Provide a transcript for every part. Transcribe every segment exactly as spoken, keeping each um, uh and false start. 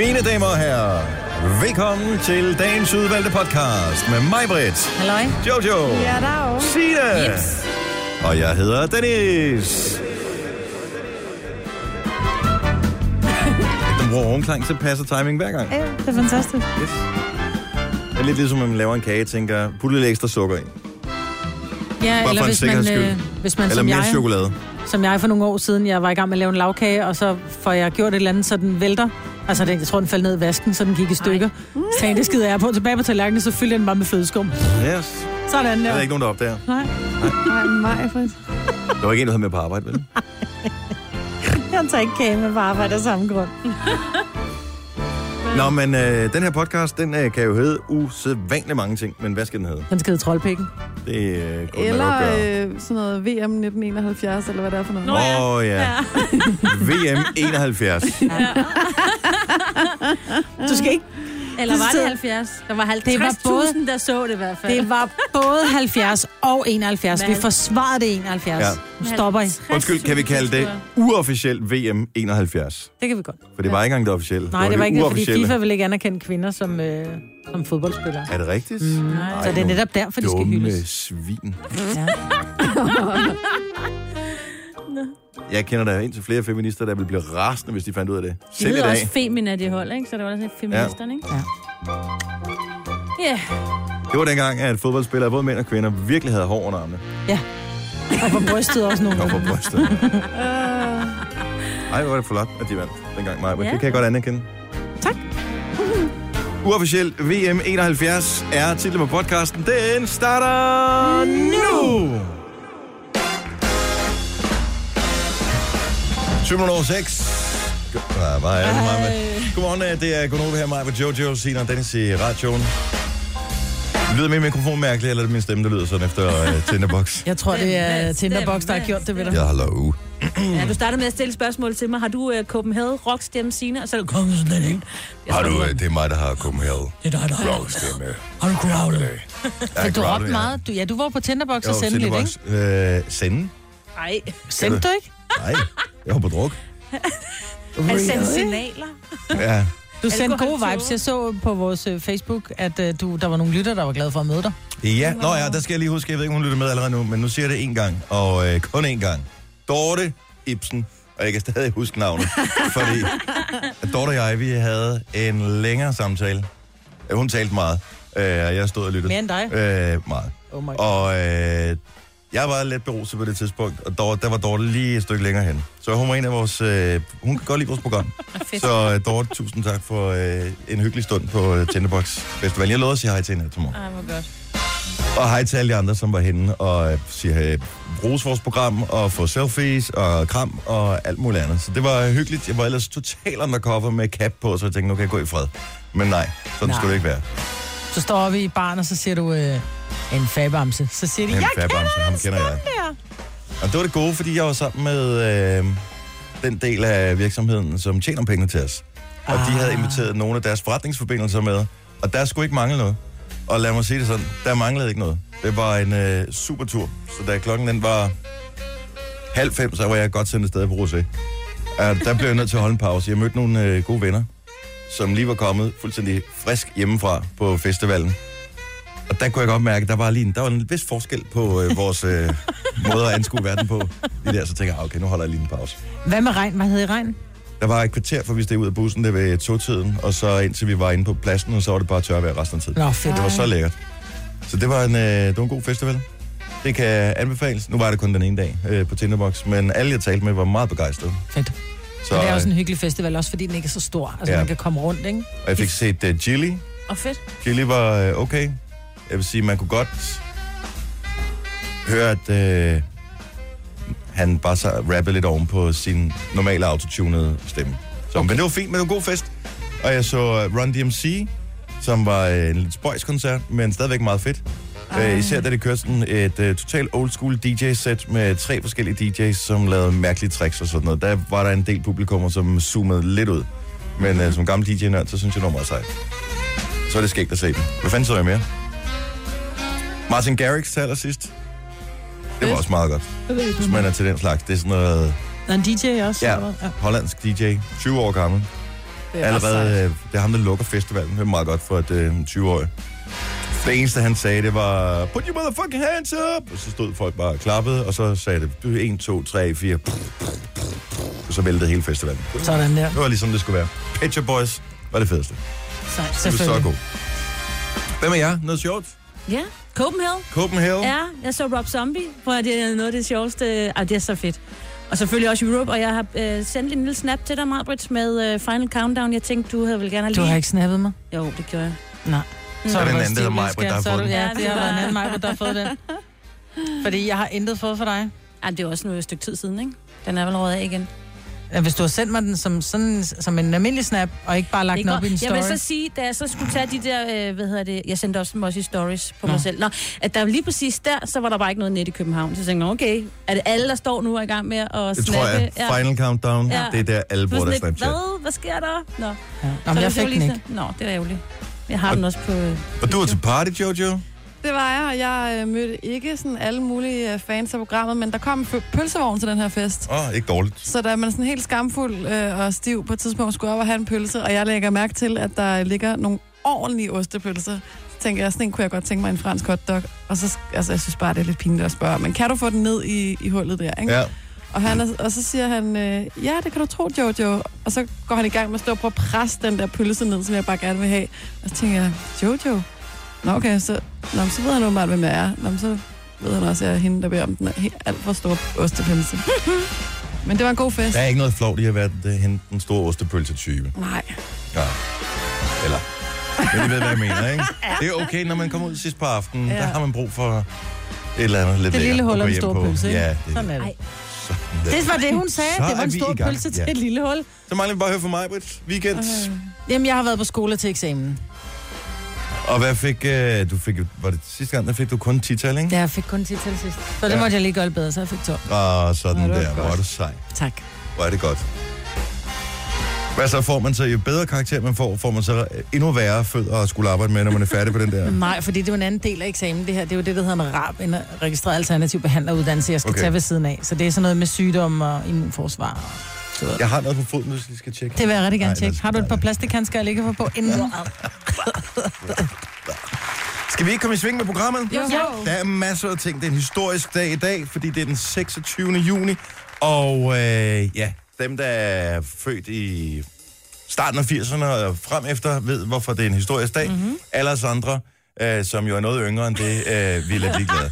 Mine damer og herrer, velkommen til dagens udvalgte podcast med mig, Britt. Halløj. Jojo. Ja, dag. Signe. Yes. Og jeg hedder Dennis. Den bruger rumklang, så passer timing hver gang. Ja, det er fantastisk. Yes. Det er lidt ligesom, at man laver en kage, tænker, putte lidt ekstra sukker i. Ja, eller hvis man, øh, hvis man eller som mere jeg, chokolade. som jeg for nogle år siden, jeg var i gang med at lave en lavkage, og så får jeg gjort et eller andet, så den vælter. Altså, jeg tror, den faldt ned i vasken, så den gik i stykker. Så tænkte, det skider jeg på. Tilbage på tallerkenen, så fyldte jeg den bare med flødeskum. Yes. Sådan der. Der er ikke nogen, der opdager. Nej. Nej, mig, for Der var ikke en, der havde med på arbejde, vel? Jeg tager ikke kage med på arbejde af samme grund. Nå, men øh, den her podcast, den øh, kan jo hedde usædvanligt mange ting. Men hvad skal den hedde? Den skal hedde Troldpikken. Det øh, kunne eller man godt gøre. øh, sådan noget V M nitten enoghalvfjerds, eller hvad det er for noget. Åh ja. Oh, ja. ja. V M enoghalvfjerds. Ja. Du skal ikke... Eller var det halvfjerds? Der var halvtreds tusind, der så det i hvert fald. Det var både halvfjerds og enoghalvfjerds. Vi forsvarede det enoghalvfjerds. Ja. Nu stopper I. Undskyld, kan vi kalde det uofficielt V M enoghalvfjerds? Det kan vi godt. For det var ikke engang det officielle. Nej, det var, det var ikke det, fordi FIFA vil ikke anerkende kvinder som, øh, som fodboldspillere. Er det rigtigt? Mm. Nej, så det er netop derfor, de skal hyldes. Dumme svin. Ja. Jeg kender der indtil flere feminister, der vil blive rasende, hvis de fandt ud af det. De hedder også Femina, de hold, ikke? Så det var også feministerne, ikke? Ja. Ja. Yeah. Det var dengang, at fodboldspillere, både mænd og kvinder, virkelig havde hår under armene. Ja. Og på brystet også nogle gange. Og på brystet. Ej, hvor var det flot, at de vandt dengang mig. Men ja. Det kan jeg godt anerkende. Tak. Uofficielt V M enoghalvfjerds er titlen på podcasten. Den starter nu! syv nul seks. Ja, hvad er det, Maja? Godmorgen, det er Gunova her, Maja, Jojo, Signe og Dennis i radioen. Lyder min mikrofon mærkeligt, eller er det min stemme, der lyder sådan efter uh, Tinderbox? Jeg tror, det er Tinderbox, der har gjort det ved dig. Ja, hallo. Ja, du startede med at stille spørgsmål til mig. Har du uh, Copenhagen rockstemme, Signe? Og så er du kommet sådan lidt. Har du, det er mig, der har Copenhagen det er dig, der har rockstemme. Har du crowded? Ja, du råbte meget. Du, ja, du var på Tinderbox og sendte lidt, ikke? Øh, sende? Nej. Sendte du ikke? Nej, jeg var på druk. Han sendte signaler. Ja. Du sendte gode vibes. Jeg så på vores Facebook, at uh, du, der var nogle lytter, der var glade for at møde dig. Ja, nå ja, der skal jeg lige huske, jeg ved ikke, hun lytter med allerede nu, men nu siger jeg det en gang, og øh, kun en gang. Dorte Ibsen, og jeg kan stadig huske navnet, fordi at Dorte og jeg, vi havde en længere samtale. Hun talte meget, øh, og jeg stod og lyttede. Mere end dig? Øh, meget. Oh my God. Og øh, jeg var lidt beruset på det tidspunkt, og Dorte, der var Dorte lige et stykke længere hen. Så hun var en af vores... Øh, hun kan godt lide vores program. Så øh, Dorte, tusind tak for øh, en hyggelig stund på øh, Tinderbox Festival. Jeg lovede at sige hej til hende til morgen. Ej, hvor godt. Og hej til alle de andre, som var henne og øh, siger, bruges vores program og få selfies og kram og alt muligt andet. Så det var hyggeligt. Jeg var ellers totalt undercover med cap på, så jeg tænkte, nu kan jeg gå i fred. Men nej, sådan nej. Skulle det ikke være. Så står vi i baren, og så siger du øh, en fabamse. Så siger de, en jeg fabamse, kender ham kender jeg. Der. Og det var det gode, fordi jeg var sammen med øh, den del af virksomheden, som tjener penge til os. Og ah. de havde inviteret nogle af deres forretningsforbindelser med. Og der skulle ikke mangle noget. Og lad mig sige det sådan, der manglede ikke noget. Det var en øh, super tur. Så da klokken den var halv fem, så var jeg godt sendt afsted på Rosé. Uh, der blev jeg nødt til at holde en pause. Jeg mødte nogle øh, gode venner, som lige var kommet fuldstændig frisk hjemmefra på festivalen. Og der kunne jeg godt mærke, at der var lige en, der var en vis forskel på øh, vores øh, måde at anskue verden på. Lige der, så tænker jeg, okay, nu holder jeg lige en pause. Hvad med regn? Hvad hed I regn? Der var et kvarter, for vi steg ud af bussen, det ved togtiden, og så indtil vi var inde på pladsen, og så var det bare tørvejr resten af tiden. Nå, fedt. Det var så lækkert. Så det var en, øh, det var en god festival. Det kan anbefales. Nu var det kun den ene dag øh, på Tinderbox, men alle, jeg talte med, var meget begejstrede. Fedt. Så, det er også en hyggelig festival, også fordi den ikke er så stor. Altså, ja. Man kan komme rundt, ikke? Og jeg fik set uh, Gilly. Og fedt. Gilly var uh, okay. Jeg vil sige, man kunne godt høre, at uh, han bare så rappede lidt oven på sin normale autotunede stemme. Så, okay. Men det var fint, men det var en god fest. Og jeg så uh, Run D M C, som var uh, en lidt spøjs-koncert, men stadigvæk meget fedt. Uh, især da det kørte sådan et uh, totalt old school D J-sæt med tre forskellige D J's, som lavede mærkelige tricks og sådan noget. Der var der en del publikummer, som zoomede lidt ud. Men uh, som gammel D J-nørd, så synes jeg, det var meget sejt. Så er det skægt at se dem. Hvad fanden så jeg mere? Martin Garrix til allersidst. Det var også meget godt. Hvis man er til den slags. Det er sådan noget... Der er en D J også? Ja, ja. Hollandsk D J. tyve år gammel. Det er allerede, øh, det er ham, der lukker festivalen. Det er meget godt for et øh, tyve-årig. Det eneste, han sagde, det var, put your motherfucking hands up! Og så stod folk bare og klappede, og så sagde det, en, to, tre, fire, og så væltede hele festivalen. Sådan der. Det var ligesom det skulle være. Pet Shop Boys var det fedeste. Så, Det var så godt. Hvem er jeg? Noget sjovt? Ja, Copenhagen. Copenhagen? Ja, jeg så Rob Zombie, for det er noget af det sjoveste. Ah, det er så fedt. Og selvfølgelig også Europe, og jeg har øh, sendt en lille snap til dig, Marbrit, med øh, Final Countdown. Jeg tænkte, du havde vel gerne Du lige... har ikke snappet mig? Jo, det gjorde jeg. Nej. Så er det en var anden, der hedder Stine Maj-Brit, der har Skær, så er fået du- den. Ja, Ja, det det har var- været en anden Maj-Brit, der har fået den. Fordi jeg har intet fået for dig. Ej, det er også noget et stykke tid siden, ikke? Den er vel røget af igen. Ja, hvis du har sendt mig den som, sådan, som en almindelig snap, og ikke bare lagt den op i en story. Jeg vil så sige, da jeg så skulle tage de der, øh, hvad hedder det, jeg sendte også dem også i stories på Nå. mig selv. Nå, at der lige præcis der, så var der bare ikke noget net i København. Så jeg tænkte, okay, er det alle, der står nu og er i gang med at Det snappe? tror jeg. Ja. Final Countdown, Ja. det er der alle bruger der Sådan lidt, Snapchat. Hvad? Hvad sker der? Nå. Ja. Nå, Så men jeg det var fik den lige ikke. så- Nå, det er ærgerligt. Jeg har den også på... Og du var til party, Jojo? Det var jeg, og jeg øh, mødte ikke sådan alle mulige øh, fans af programmet, men der kom en fø- pølsevogn til den her fest. Åh, oh, ikke dårligt. Så da man er sådan helt skamfuld øh, og stiv på et tidspunkt skulle op og have en pølse, og jeg lægger mærke til, at der ligger nogle ordentlige ostepølser, så tænker jeg, sådan en kunne jeg godt tænke mig en fransk hotdog. Og så, altså, jeg synes bare, det er lidt pinligt at spørge, men kan du få den ned i, i hullet der, ikke? Ja. Og, han er, og så siger han, øh, ja, det kan du tro, Jojo. Og så går han i gang med at stå på at presse den der pølse ned, som jeg bare gerne vil have. Og så tænker jeg, Jojo? Nå, okay, så, nå, så ved han åbenbart, hvem jeg er. Nå, så ved han også, at jeg er hende, der beder om den er helt alt for stor ostepølse. Men det var en god fest. Der er ikke noget flovt i at være den, den, den store ostepølse-type. Nej. Ja. Eller... Men I ved, hvad jeg mener, ikke? Det er okay, når man kommer ud sidst på aftenen. Ja. Der har man brug for et eller andet lidt Det lille lækkert hul at og gå en hjem stor på. pølse, ikke? Ja, det, Sådan er det. Ej. sådan der. Det var det, hun sagde. Så Det var er en vi stor i gang. pølse til Ja. et lille hul. Så mangler vi bare at høre fra mig, Britt. Weekend. Øh. Jamen, jeg har været på skole til eksamen. Og hvad fik øh, du? Fik, var det sidste gang, der fik du kun ti-tal, ikke? Ja, jeg fik kun ti til sidst. Så det Ja. måtte jeg lige gøre lidt bedre, så jeg fik to. Og sådan Ja, det var der. Hvor godt. er du sej. Tak. Hvor er det godt. Hvad så får man så? Jo bedre karakter man får, får man så endnu værre fødder at skulle arbejde med, når man er færdig på den der. Nej, fordi det er jo en anden del af eksamen. Det her, det er jo det, der hedder en R A B, en registreret alternativ behandleruddannelse, jeg skal Okay. okay. tage ved siden af. Så det er sådan noget med sygdom og immunforsvar. Og så videre. Jeg har noget på foden, hvis I skal tjekke. Det vil jeg rigtig gerne Nej, tjekke. det- Har du et par plastikhandsker, jeg ligger for på inden? Skal vi ikke komme i sving med programmet? Jo. Der er masser af ting. Det er en historisk dag i dag, fordi det er den seksogtyvende juni. Og øh, ja, dem, der er født i starten af firserne og frem efter, ved, hvorfor det er en historisk dag. Mm-hmm. Alle os andre, øh, som jo er noget yngre end det, øh, vi er lidt ligeglade.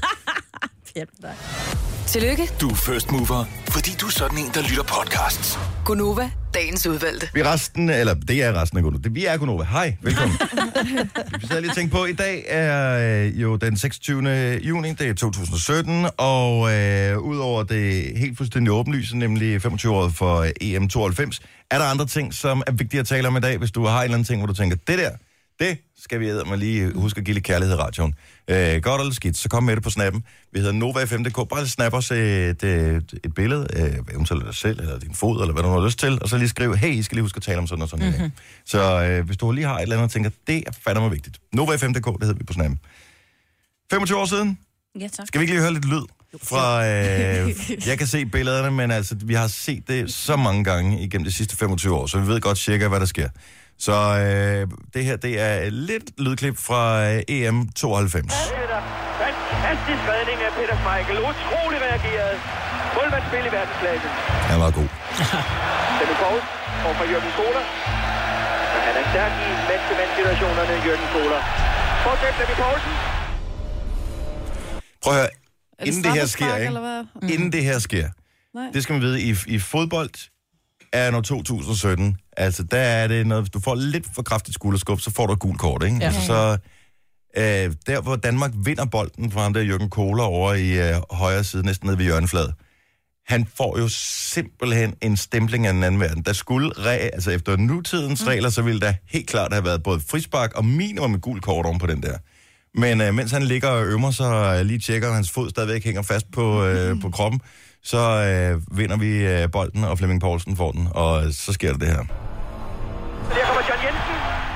Tillykke, Du er first mover, fordi du er sådan en, der lytter podcasts. Gunova, dagens udvalgte. Vi er resten, eller det er resten af Gunova. Det vi er Gunova. Hej, velkommen. Vi sad lige og tænkte på, i dag er øh, jo den seksogtyvende juni, det er to tusind og sytten, og øh, udover det helt fuldstændig åbenlyse, nemlig femogtyve-året for E M tooghalvfems, er der andre ting, som er vigtige at tale om i dag, hvis du har en eller anden ting, hvor du tænker, det der, det skal vi eddermame lige huske at give lidt kærlighed i radioen. Øh, godt eller skidt, så kom med det på snappen. Vi hedder Nova F M punktum d k. Bare snap os et, et, et billede, øh, eventuelt af dig selv, eller din fod, eller hvad du har lyst til, og så lige skrive, hey, I skal lige huske at tale om sådan og sådan. Mm-hmm. Så øh, hvis du lige har et eller andet og tænker, det er fandme vigtigt. Nova F M punktum d k, det hedder vi på snappen. femogtyve år siden. Ja, tak. Skal vi ikke lige høre lidt lyd fra... Øh, jeg kan se billederne, men altså, vi har set det så mange gange igennem de sidste femogtyve år, så vi ved godt cirka, hvad der sker. Så øh, det her, det er et lidt lydklip fra øh, E M tooghalvfems. Peter. Fantastisk redning af Peter Schmeichel. Utrolig reageret. Målmandsspil i verdensklasse. Han var god. Denne Poul over fra Jørgen Kohler. Og han er stærk i mand-til-mand-situationerne, Jørgen Kohler. Fortsæt, Demi Poulsen. Prøv at høre, Er inden det her sker, straffespark, ikke? eller hvad? Mm. Inden det her sker, Nej. det skal man vide, i, i fodbold er nu to tusind og sytten, altså der er det noget, hvis du får lidt for kraftigt skulderskub, så får du et gult kort, ikke? Ja. Altså, så øh, der hvor Danmark vinder bolden fra ham der Jørgen Kohler over i øh, højre side, næsten nede ved hjørnefladet, han får jo simpelthen en stempling af den anden verden. Der skulle, re- altså efter nutidens regler, så ville der helt klart have været både frispark og minimum et gult kort oven på den der. Men øh, mens han ligger og ømmer sig og lige tjekker, at hans fod stadigvæk hænger fast på, øh, på kroppen, så øh, vinder vi øh, bolden, og Flemming Poulsen får den, og øh, så sker der det her. Der kommer John Jensen.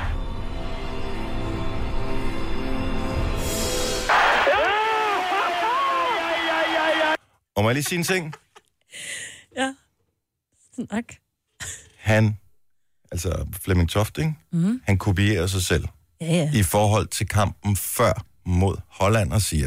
Og må jeg lige sige en ting? Ja. Snak. Han, altså Flemming Toft, ikke? Mm. Han kopierer sig selv Ja, ja. i forhold til kampen før mod Holland og siger...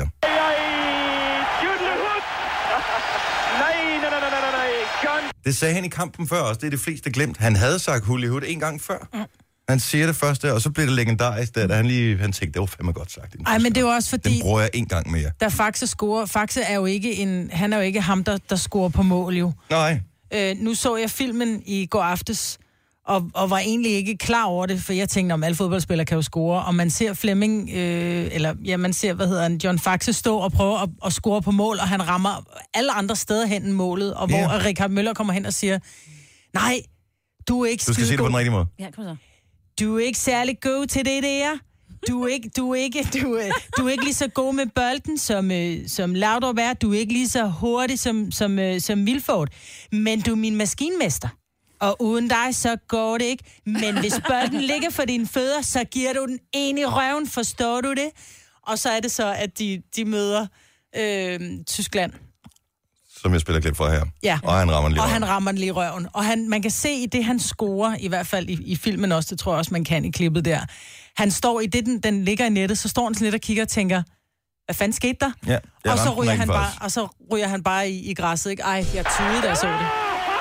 Det sagde han i kampen før også, det er de fleste glemt. Han havde sagt hul i hud en gang før. Mm. Han siger det første, og så bliver det legendarisk, da han lige han tænkte, det var fandme godt sagt. Ej, men det er jo også fordi... Den bruger jeg en gang mere. Da Faxe scorer... Faxe er jo ikke en... Han er jo ikke ham, der, der scorer på mål, jo. Nej. Øh, nu så jeg filmen i går aftes, og, og var egentlig ikke klar over det, for jeg tænkte, om alle fodboldspillere kan jo score, og man ser Flemming, øh, eller ja, man ser, hvad hedder han, John Faxe stå og prøve at, at score på mål, og han rammer alle andre steder hen end målet, og hvor Ja. Richard Møller kommer hen og siger, nej, du er ikke Du skal sige det på den rigtige måde. Ja, kom så. Du er ikke særlig god til det der. Du er ikke, du er ikke, du er, du er ikke lige så god med bolden, som, øh, som Laudrup er. Du er ikke lige så hurtig, som, som, øh, som Vilfort. Men du er min maskinmester. Og uden dig, så går det ikke. Men hvis bolden ligger for dine fødder, så giver du den en i røven. Forstår du det? Og så er det så, at de, de møder øh, Tyskland. Som jeg spiller klip for her. Ja. Og han rammer den lige Og røven. han rammer den lige i røven. Og han, man kan se i det, han scorer, i hvert fald i, i filmen også, det tror jeg også, man kan i klippet der. Han står i det, den, den ligger i nettet, så står han sådan lidt og kigger og tænker, hvad fanden skete der? Ja, jeg og, så ramte den ryger rigtig han bare, faktisk. og så ryger han bare i, i græsset, ikke? Ej, jeg tudede, da jeg så det.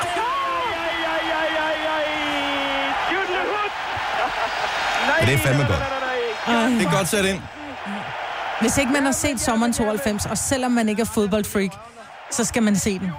Men det er fandme godt. Det er godt sat ind. Hvis ikke man har set sommeren tooghalvfems, og selvom man ikke er fodboldfreak, så skal man se den.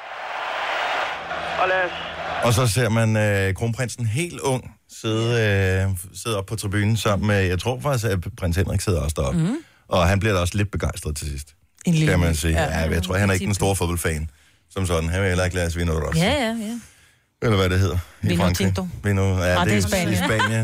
Og lad os Og så ser man øh, kronprinsen helt ung sidde, øh, sidde op på tribunen sammen med, jeg tror faktisk, at prins Henrik sidder også deroppe. Mm. Og han bliver da også lidt begejstret til sidst. En lille Kan man sige. ja. Ja, jeg tror, han er ikke den store fodboldfan. Som sådan. Han vil heller ikke lade os vinde også. Ja, ja, ja. Eller hvad det hedder. I Vino Frankrig. Tinto. Vino, ja, Ah, det er i Spanien. Spanien.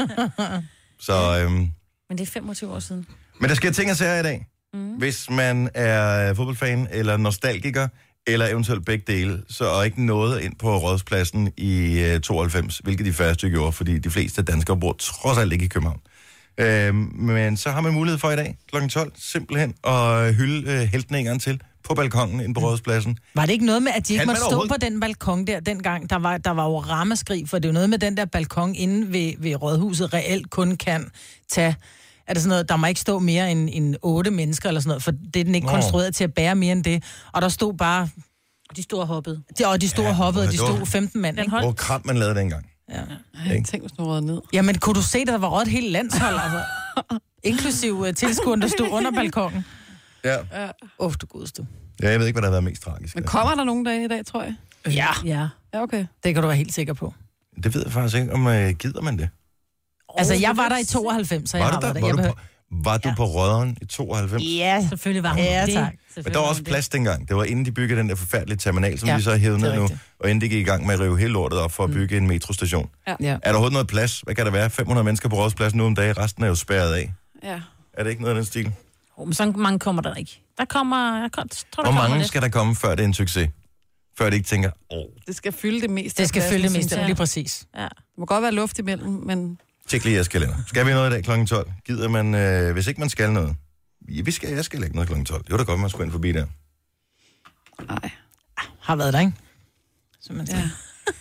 Så, øhm, Men det er femogtyve år siden. men der sker ting og sager i dag. Mm. Hvis man er fodboldfan, eller nostalgiker, eller eventuelt begge dele, så er ikke noget ind på Rådhuspladsen i øh, tooghalvfems, hvilket de færreste gjorde, fordi de fleste danskere bor trods alt ikke i København. Øhm, men så har man mulighed for i dag, klokken tolv, simpelthen at hylde øh, heltene en gang til på balkongen inde på Rådhuspladsen. Var det ikke noget med, at de ikke Kan måtte man stå overhovedet- på den balkon der dengang? Der var, der var jo ramaskrig, for det er jo noget med den der balkon inde ved, ved Rådhuset reelt kun kan tage... Er det sådan noget, der må ikke stå mere end, end otte mennesker eller sådan noget, for det er den ikke Nå. konstrueret til at bære mere end det. Og der stod bare... Og de store hoppede. De, og de stod Ja, og hoppede, og de det var- stod femten mand, Den ikke? hold. Hvor kram man lavede dengang. Ja. Ej, tænk, hvis nu rød ned. Jamen, kunne du se, at der var råd et helt landshold, altså? Inklusiv uh, tilskueren, der stod under balkongen. Ja. Åh, oh, du godeste. ja, jeg ved ikke, hvad der har været mest tragisk. Men kommer der nogen derinde i dag, tror jeg? Ja, Ja. Ja, okay. det kan du være helt sikker på. Det ved jeg faktisk ikke, om uh, gider man det. Altså, jeg var der i tooghalvfems, så jeg Var har du der? været der. Var Jeg du behøver- på, var du på Rødderen i tooghalvfems? Ja, Selvfølgelig var hun Ja, det. tak. Men der var også plads dengang. Det var inden de byggede den der forfærdelige terminal, som Ja, ja, de så hævede det er ned nu. rigtigt. Og inden de gik i gang med at rive hele lortet op for at bygge en metrostation. ja. Er der overhovedet noget plads? Hvad kan der være? fem hundrede mennesker på Rådhuspladsen nu om dagen. Resten er jo spærret af. Ja. Er det ikke noget af den stil? Oh, men så mange kommer der ikke. Der kommer... Jeg tror, der Hvor kommer mange lidt. skal der komme, før det er en succes? Før de ikke tænker, åh, Det skal fylde det meste. Det skal af pladsen, følge det synes meste, jeg. lige præcis. Ja. Der må godt være luft imellem, men tjek lige jeres kalender. Skal vi noget i dag klokken tolv? Gider man, øh, hvis ikke man skal noget? Ja, vi skal, jeg skal ikke noget klokken tolv. Det var da godt, man skulle ind forbi der. nej. Har været der, ikke? Som man siger. Ja.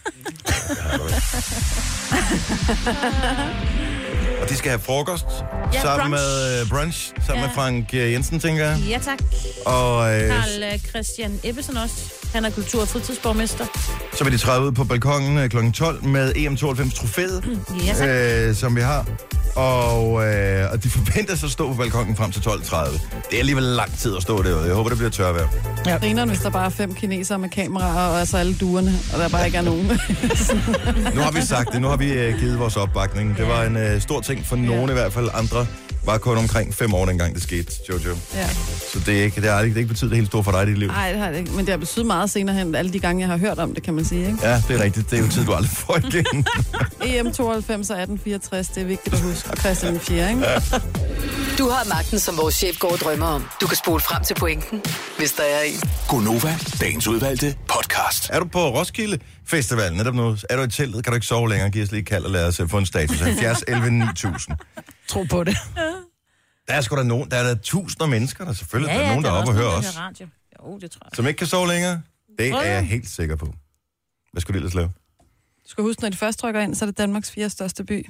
Og de skal have frokost Ja, sammen brunch. med øh, brunch, sammen Ja. med Frank øh, Jensen, tænker jeg. Ja, tak. Og øh, Karl øh, Christian Ebbesen også. Han er kultur- og fritidsborgmester. så vil de træde ud på balkongen øh, klokken tolv med E M tooghalvfems-trofæet, Ja, tak. øh, som vi har. Og, øh, og de forventer sig at stå på balkongen frem til tolv tredive. Det er alligevel lang tid at stå derude. Jeg håber, det bliver tørvejr. Grineren, hvis der bare er fem kinesere med kameraer, og altså alle duerne, og der bare ikke er nogen. Nu har vi sagt det. Nu har vi øh, givet vores opbakning. Det var en øh, stor ting for nogen i hvert fald. Andre var kun omkring fem år, dengang det skete, Jojo. Ja. Så det er ikke, det er ikke, det er ikke betydet helt stort for dig i dit liv. Nej, det har det ikke. Men det har betydet meget senere hen, alle de gange, jeg har hørt om det, kan man sige. Ikke? Ja, det er rigtigt. Det er jo tid, du aldrig får igen. E M tooghalvfems og atten fireogtres, det er vigtigt at huske. Og Christian den fjerde, ikke? Du har magten, som vores chef går og drømmer om. Du kan spole frem til pointen, hvis der er en. Gonova, dagens udvalgte podcast. Er du på Roskilde Festival netop nu? Er du i teltet? Kan du ikke sove længere? Giv os lige et kald og lad os øh, få en status. halvfjerds elleve ni tusind. Tro på det. Der er sgu da nogen. Der er der tusinder mennesker, der selvfølgelig. Ja, der er ja, nogen, der er oppe og hører nogen, os. der hører radio. Jo, det tror jeg. Som ikke kan sove længere. Det Tror er du? jeg helt sikker på. Hvad skulle du ellers lave? Du skal huske, når de først trykker ind, så er det Danmarks fjerde største by.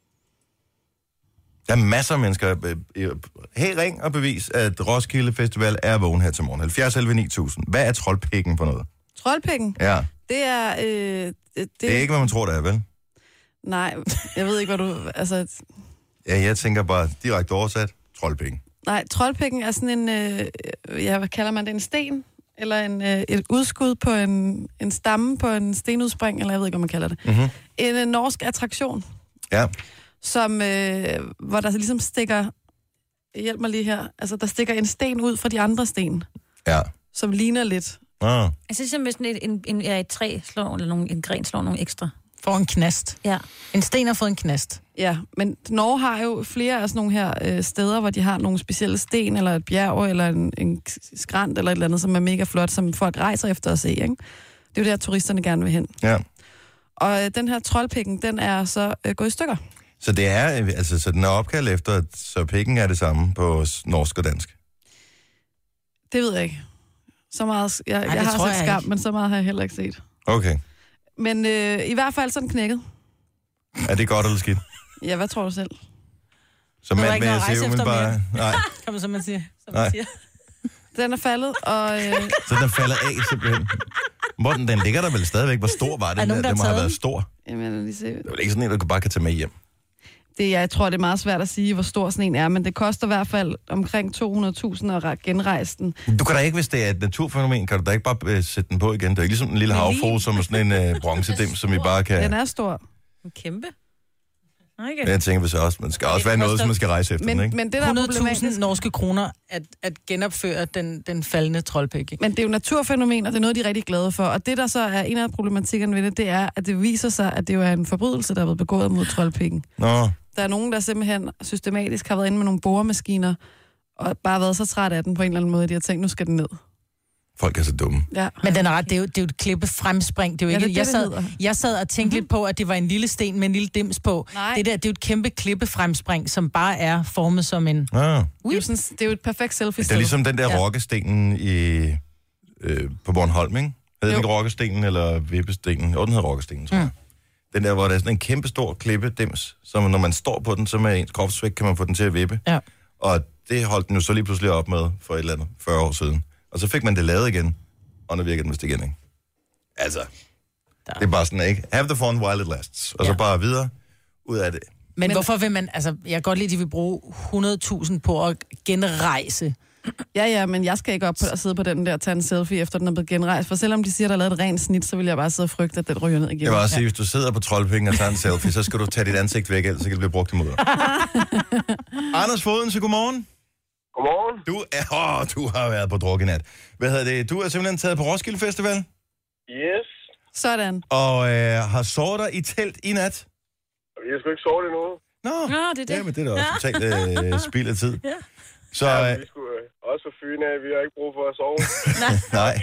Der er masser af mennesker. Hey, ring og bevis, at Roskilde Festival er vågen her til morgen. halvfjerds elleve ni tusind. Hvad er troldpikken for noget? Troldpikken? Ja. Det er... Øh, det, det... det er ikke, hvad man tror, det er, vel? Nej, jeg ved ikke, hvad du... Altså... Ja, jeg tænker bare direkte oversat. Troldpikken. Nej, troldpikken er sådan en... Øh, ja, hvad kalder man det? En sten? Eller en, øh, et udskud på en, en stamme på en stenudspring, eller jeg ved ikke, hvad man kalder det. Mm-hmm. En øh, norsk attraktion. Ja. Som, øh, hvor der ligesom stikker... Hjælp mig lige her. Altså, der stikker en sten ud fra de andre sten. Ja. Som ligner lidt. Ah. Jeg synes simpelthen, at en, en, ja, et træ slår, eller nogle, en gren slår nogle ekstra. Får en knast. Ja. En sten har fået en knast. Ja, men Norge har jo flere af sådan nogle her øh, steder, hvor de har nogle specielle sten, eller et bjerg, eller en, en skrant, eller et eller andet, som er mega flot, som folk rejser efter at se, ikke? Det er jo der, turisterne gerne vil hen. Ja. Og øh, den her troldpikken, den er så øh, gået i stykker. Så det er, altså, så den er opkaldt efter, at så pikken er det samme på norsk og dansk? Det ved jeg ikke. Så meget, jeg, Ej, jeg har tror set jeg skam, ikke. men så meget har jeg heller ikke set. Okay. Men øh, i hvert fald sådan knækket. Er det godt eller skidt? Ja, hvad tror du selv? Som Der var mand ikke vil jeg noget at sige rejse efter umiddelbart. Nej, Kom, som man siger. Som Nej. man siger. Den er faldet, og... Øh, så den falder af simpelthen. Morten, den ligger der vel stadigvæk. Hvor stor var den? Er nogen, der? der Den må har have taget været den? stor. jamen, lige se. Det er vel ikke sådan en, du bare kan tage med hjem. Det, jeg tror, det er meget svært at sige, hvor stor sådan en er, men det koster i hvert fald omkring to hundrede tusind at re- genrejse den. Du kan da ikke, hvis det er et naturfænomen, kan du da ikke bare øh, sætte den på igen. Det er ikke ligesom en lille havfrue, som er sådan en øh, bronzedim, som vi bare kan... Den er stor. En kæmpe. Okay. Men jeg tænker, hvis også, man skal også være noget, som man skal rejse efter Men, den, ikke? men det, der er hundrede tusind problematisk... norske kroner at, at genopføre den, den faldende troldpik. Ikke? Men det er jo naturfænomen, og det er noget, de er rigtig glade for. Og det, der så er en af problematikkerne ved det, det er, at det viser sig, at det jo er en forbrydelse, der er blevet begået mod troldpikken. Nå, Der er nogen, der simpelthen systematisk har været inde med nogle boremaskiner, og bare været så træt af den på en eller anden måde, at de har tænkt, nu skal den ned. folk er så dumme. Ja. Men den er ret, det er jo, det er jo et klippe fremspring. Det er jo Ja, ikke, det er jeg, det, sad, det hedder. jeg sad og tænkte mm-hmm. lidt på, at det var en lille sten med en lille dims på. Nej. Det der, det er jo et kæmpe klippe fremspring, som bare er formet som en... Ah. Det er, jo sådan, det er jo et perfekt selfie. Det er ligesom den der Ja. ja. rokkestenen i, øh, på Bornholm, ikke? Hedder den rokkestenen eller vippestenen? Jo, den hedder rokkestenen, tror jeg. Mm. Den der, hvor der er sådan en kæmpe stor klippe dims, som når man står på den, så med ens kropsvægt kan man få den til at vippe. Ja. Og det holdt den jo så lige pludselig op med for et eller andet fyrre år siden. Og så fik man det lavet igen, og nu virker den vist igen, ikke? Altså, Der. det er bare sådan, ikke? Have the fun while it lasts. Og Ja. så bare videre ud af det. Men, Men hvorfor vil man... Altså, jeg kan godt lide, at de vil bruge hundrede tusind på at genrejse. Ja, ja, men jeg skal ikke op på, og sidde på den der og tage en selfie, efter den er blevet genrejst. For selvom de siger, der er lavet et rent snit, så vil jeg bare sidde og frygte, at den ryger ned igen. Jeg vil også sige, hvis du sidder på troldpikken og tager en selfie, så skal du tage dit ansigt væk, ellers så kan det blive brugt imod dig. Anders Foden, så godmorgen. Godmorgen. Du er, åh, du har været på drukkenat. Hvad hedder det? Du er simpelthen taget på Roskilde Festival, Yes. Sådan. og øh, har sovet dig i telt i nat. Jeg skal ikke sove det nu. Nå, Nå, det er det. Ja, men det er da også totalt øh, spild af tid. Ja. Så, Ja, øh, vi skulle øh, også for Fyn af. Vi har ikke brug for at sove. nej.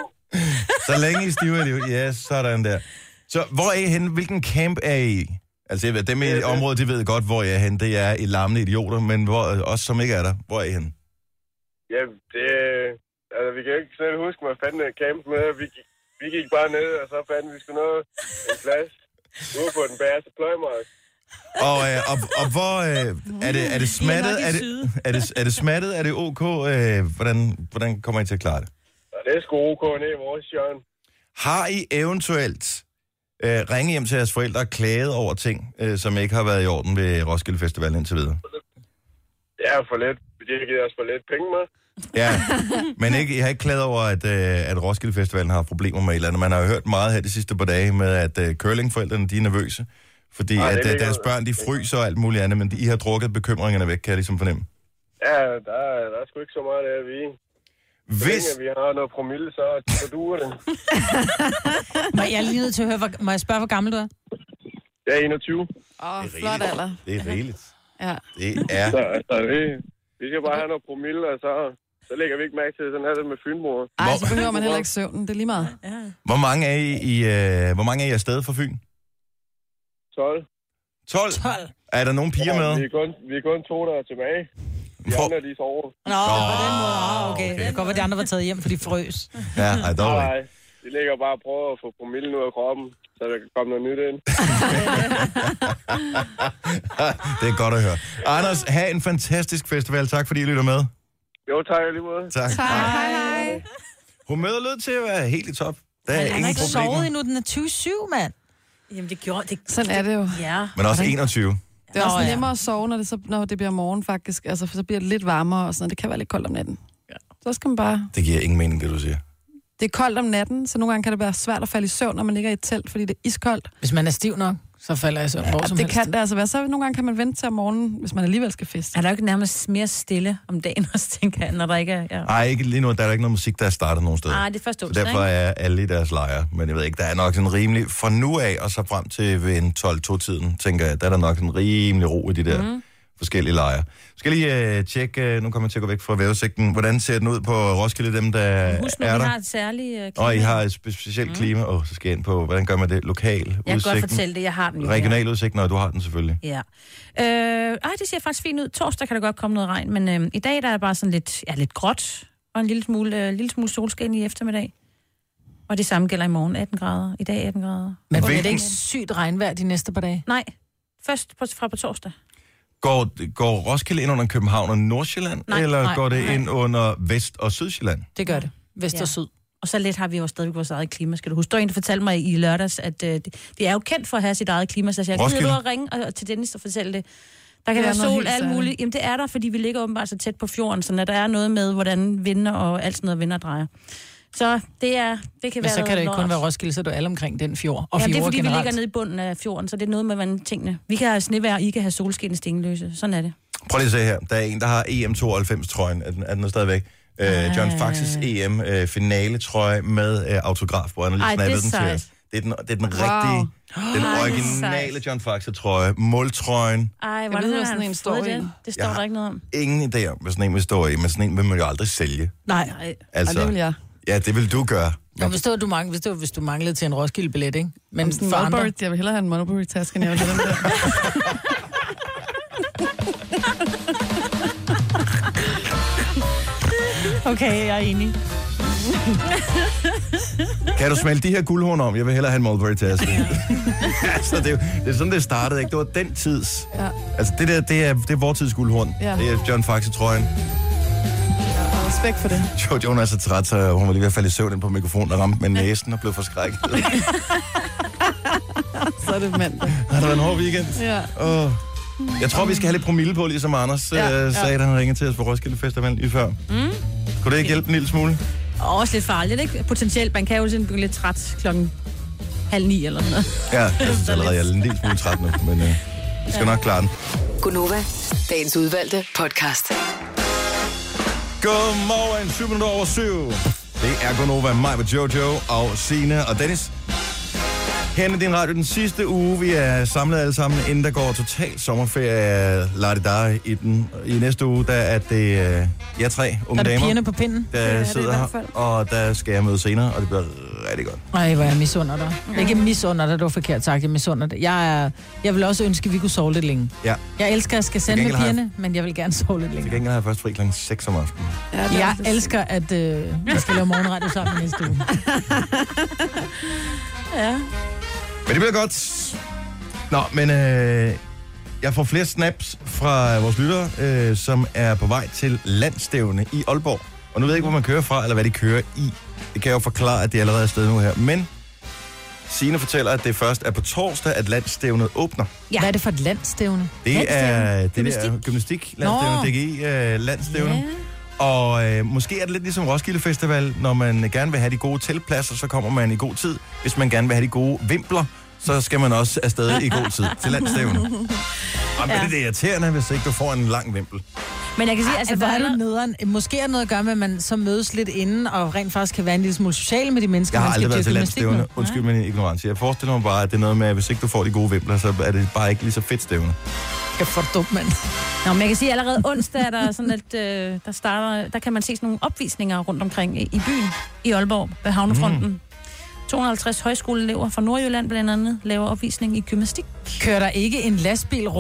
Så længe I stiver i liv. Ja, yes, sådan der. Så hvor er I henne? Hvilken camp er I i? Altså, jeg ved, dem i området, de ved godt, hvor jeg er henne. Det er i larmende idioter, men hvor, os, som ikke er der, hvor er I henne? Ja, det... Altså, vi kan ikke slet huske, hvad fanden er camp med. Vi gik, vi gik bare ned, og så fandt vi sgu noget en plads ude på den bagerste pløjmark. Og, øh, og, og hvor... Øh, er, det, er det smattet? nok i Er det, syde. er, det, er det smattet? Er det ok? Øh, hvordan, hvordan kommer I til at klare det? Og det er sgu ok ned i vores hjørne. Har I eventuelt øh, ringet hjem til jeres forældre og klaget over ting, øh, som ikke har været i orden ved Roskilde Festival indtil videre? Det er for lidt. De har givet os for lidt penge med. Ja, men ikke, I har ikke klaget over, at, øh, at Roskilde Festivalen har problemer med et eller andet. Man har jo hørt meget her de sidste par dage med, at øh, curlingforældrene, de er nervøse. Fordi Nej, det at øh, ligger- deres børn, de fryser og alt muligt andet, men de, I har drukket bekymringerne væk, kan jeg ligesom fornemme. Ja, der, er- der er sgu ikke så meget af, vi Hvis... Hvis vi har noget promille, så, så duer det. Må jeg er lige nødt til at høre, hvor, må jeg spørge, hvor gammel du er? Jeg er enogtyve. Åh, oh, Det er flot rigeligt. alder. Det er rigeligt. Ja. Det er... Så, så det, vi skal bare have noget promille, og så, så lægger vi ikke mærke til, sådan er det med fynboer. Ej, Hvor- så behøver man heller ikke søvnen. Det er lige meget. Ja. Hvor mange er I, i, øh, hvor mange er I afsted fra Fyn? tolv. tolv? tolv. Er der nogen piger med? Vi er kun, vi er kun to, der er tilbage. De Hvor- andre, de sover. Nå, på den måde. Ah, okay. Det kan godt være, de andre var taget hjem, for de frøs. Ja, ej, dog Nej, ikke. nej. De ligger bare og prøver at få promillen ud af kroppen. så der kan komme noget nyt ind. Det er godt at høre. Anders, have en fantastisk festival. Tak fordi I lytter med. Jo, tak lige måde. Tak. Tak, hej, hej. Hun møder lød til at være helt i top. Der er Han har ingen ikke problemer. sovet endnu, den er tyve syv, mand. Jamen, det gjorde det. Sådan er det jo. Ja. Men også enogtyve. Det er også Nå, ja. nemmere at sove, når det, så, når det bliver morgen, faktisk. Altså, for så bliver det lidt varmere og sådan noget. Det kan være lidt koldt om natten. Ja. Så skal man bare... Det giver ingen mening, det du siger. Det er koldt om natten, så nogle gange kan det være svært at falde i søvn, når man ligger i et telt, fordi det er iskoldt. Hvis man er stiv nok, så falder jeg så ja, hvor som det helst. kan det altså være. Så nogle gange kan man vente til om morgenen, hvis man alligevel skal feste. Er der jo ikke nærmest mere stille om dagen også, tænker jeg, når der ikke er... Ja. Ej, ikke lige nu. Der er der ikke noget musik, der er startet nogen steder. Ah, det er først Så onsdag, derfor er alle i deres lejre. Men jeg ved ikke, der er nok sådan rimelig... Fra nu af og så frem til ved en tolv-to-tiden, tænker jeg, der er der nok en rimelig ro i de der mm. forskellige lejre. Skal lige uh, tjekke, uh, nu kommer jeg til at gå væk fra vejrudsigten. Hvordan ser den ud på Roskilde, dem der Husk nu, er vi der? har et særligt uh, klima. Og I har et spe- specielt mm. klima. Åh, oh, så skal jeg ind på, hvordan gør man det? Lokal Jeg kan udsigten? godt fortælle det, jeg har den jo. Regional udsigten, og du har den selvfølgelig. Ja. Øh, ej, det ser faktisk fint ud. Torsdag kan der godt komme noget regn, men øh, i dag der er bare sådan lidt, ja, lidt gråt, og en lille smule, øh, lille smule solskin i eftermiddag. Og det samme gælder i morgen, atten grader. I dag atten grader. Men Hvilken- er det ikke sygt regnvejr de næste par dage? Nej, først på, fra på torsdag. Går, går Roskilde ind under København og Nordsjælland, Nej, eller nej, går det nej. ind under Vest- og Sydsjælland? Det gør det. Vest Ja. og syd. Og så lidt har vi jo stadigvæk vores eget klima, skal du huske. Der var en, der fortalte mig i lørdags, at øh, det, det er jo kendt for at have sit eget klima, så jeg kan Roskilde? du at ringe og, til Dennis og fortælle det. Der kan Det er være noget sol, helt alt særligt. muligt. Jamen det er der, fordi vi ligger åbenbart så tæt på fjorden, så når der er noget med, hvordan vinder og alt sådan noget vinder drejer. Så det er, det kan Men være så kan det ikke kun lort. være Roskilde, så er du alle omkring den fjord. Og Ja, det er fjorde fordi, generelt. vi ligger nede i bunden af fjorden, så det er noget med, hvordan tingene... Vi kan have snevejr, og I kan have solskin i Stenløse. Sådan er det. Prøv lige at se her. Der er en, der har E M tooghalvfems-trøjen. Er den, er den der stadigvæk? Uh, John Faxes E M-finale-trøje med uh, autograf, hvor han har Ej, lige det er snappet den til sejt. os. Det er den, det er den Wow. rigtige, den Ej, det er originale sejt. John Faxe-trøje. Måltrøjen. Ej, ved, hvordan hvad har sådan han en står fået i. det? Det står Jeg har- der ikke noget om. Ingen idé om, hvad sådan en vil stå i, men sådan en vil man jo aldrig sælge. Nej. Nej. Altså, Og det vil jeg. ja, det vil du gøre. Jeg forstår, du mangler, hvis, du, hvis du manglede til en Roskilde-billet, ikke? Men Men sådan for andre... Mulberry, jeg vil hellere have en Mulberry-taske, end jeg vil have den der. Okay, jeg er enig. Kan du smelte de her guldhorn om? Jeg vil hellere have en Mulberry-taske. altså, det, er, jo- det er sådan, det startede, ikke? Det var den tids. Ja. Altså, det der, det er, det er vores tids guldhorn. Ja. Det er John Faxe-trøjen. Og respekt for det. Jojo, hun er så træt, så hun var lige ved at falde i søvn ind på mikrofonen og ramte med næsen og blev forskrækket. Så er det mandag. Har det været en hård weekend? Ja. Oh. Jeg tror, vi skal have lidt promille på, ligesom Anders ja, Ja, ja. ja. sagde, da han ringede til os på Roskilde Festival lige før. Mm. Kunne det ikke hjælpe en lille smule? Og også lidt farligt, ikke? Potentielt, man kan jo sådan blive lidt træt klokken halv ni eller sådan noget. Ja, jeg synes allerede, jeg er en lille smule træt nu, men øh, vi skal ja. nok klare den. Gunova, dagens udvalgte podcast. Godmorgen, syv minutter over syv. Det er Gunova, mig med Jojo og Signe og Dennis. Hen i din radio den sidste uge. Vi er samlet alle sammen, inden der går totalt sommerferie. Lad i den. I næste uge, der er det øh, jer tre unge Er der damer, pigerne på pinden? der det i sidder hvert her. fald. Og der skal jeg møde senere, og det bliver rigtig godt. Nej, hvor er jeg misunder dig. Mm. Ikke misunder dig, det var forkert sagt. Jeg misunder dig. Jeg, er, jeg vil også ønske, at vi kunne sove lidt længe. Ja, Jeg elsker, at jeg skal sende med gengæld har jeg- pigerne, men jeg vil gerne sove lidt til længere. gengæld har jeg først fri klokken seks om aftenen. Ja, det er Jeg også lidt elsker, at øh, vi skal lave morgenradio sammen næste uge. Ja. Men det bliver godt. Nå, men øh, jeg får flere snaps fra vores lyttere, øh, som er på vej til landstævne i Aalborg. Og nu ved jeg ikke, hvor man kører fra, eller hvad de kører i. Det kan jeg jo forklare, at det er allerede er sted nu her. Men Signe fortæller, at det først er på torsdag, at landstævnet åbner. Ja. Hvad er det for et landstævne? Det er det Gymnastik. der gymnastik landstævne, Nå. D G I øh, landstævne. Og øh, måske er det lidt ligesom Roskilde Festival. Når man gerne vil have de gode teltpladser, så kommer man i god tid. Hvis man gerne vil have de gode vimpler, så skal man også afsted i god tid til landstævne. Og ja. Det er det irriterende, hvis ikke du får en lang vimpel. Men jeg kan sige, Altså, altså, hvor er der det nederen? Måske er det noget at gøre med, at man så mødes lidt inden, og rent faktisk kan være en lille smule social med de mennesker, Jeg har man skal aldrig været til dyrke gymnastik med. landstævne. Undskyld min ignorance. Jeg forestiller mig bare, at det er noget med, at hvis ikke du får de gode vimpler, så er det bare ikke lige så fedt stævne. Jeg er for dum, mand. Nå, men jeg kan sige, at allerede onsdag er der sådan et, øh, der starter, der kan man se sådan nogle opvisninger rundt omkring i, i byen i Aalborg ved Havnefronten. Mm. to hundrede og halvtreds højskoleelever fra Nordjylland blandt andet laver opvisning i gymnastik. Kører der ikke en lastbil rundt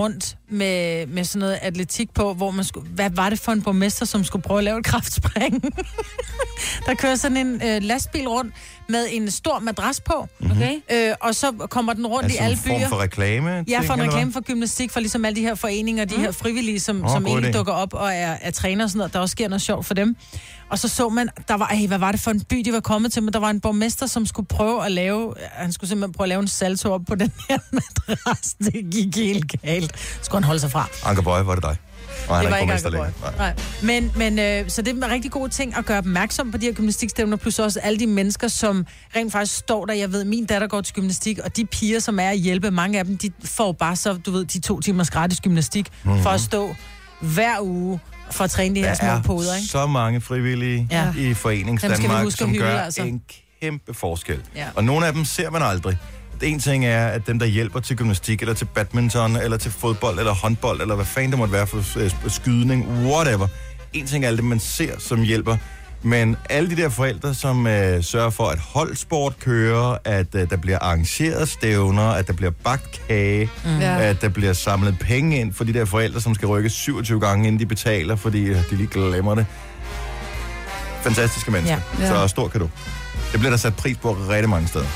med, med sådan noget atletik på, hvor man skulle... Hvad var det for en borgmester, som skulle prøve at lave et kraftspring? Der kører sådan en øh, lastbil rundt med en stor madras på, okay? Øh, og så kommer den rundt altså i alle byer. Altså en form for reklame? Ja, for en reklame for gymnastik, for ligesom alle de her foreninger, de mm. her frivillige, som, oh, som egentlig dukker op og er, er træner og sådan noget. Der også sker noget sjovt for dem. Og så så man, der var, ej, hvad var det for en by, de var kommet til, men der var en borgmester, som skulle prøve at lave, han skulle simpelthen prøve at lave en salto op på den her madras. Det gik helt galt. Skulle han holde sig fra. Anker Bøje, var det dig? Og det var ikke Anker Bøje. Nej. Nej. Men, men øh, så det er en rigtig god ting at gøre opmærksom på de her gymnastikstævner, plus også alle de mennesker, som rent faktisk står der. Jeg ved, min datter går til gymnastik, og de piger, som er at hjælpe, mange af dem, de får bare så, du ved, de to timers gratis gymnastik, mm-hmm. for at stå hver uge for at træne de her små poder, ikke? Så mange frivillige ja. i Foreningsdanmark, som hylde, gør altså. en kæmpe forskel. Ja. Og nogle af dem ser man aldrig. Det ene ting er, at dem, der hjælper til gymnastik, eller til badminton, eller til fodbold, eller håndbold, eller hvad fanden det måtte være for skydning, whatever. En ting er alle dem, man ser, som hjælper. Men alle de der forældre, som øh, sørger for, at holdsport kører, at øh, der bliver arrangeret stævner, at der bliver bagt kage, mm. at der bliver samlet penge ind for de der forældre, som skal rykke syvogtyve gange, inden de betaler, fordi øh, de lige glemmer det. Fantastiske mennesker. Ja. Ja. Så stor kado. Det bliver der sat pris på rigtig mange steder.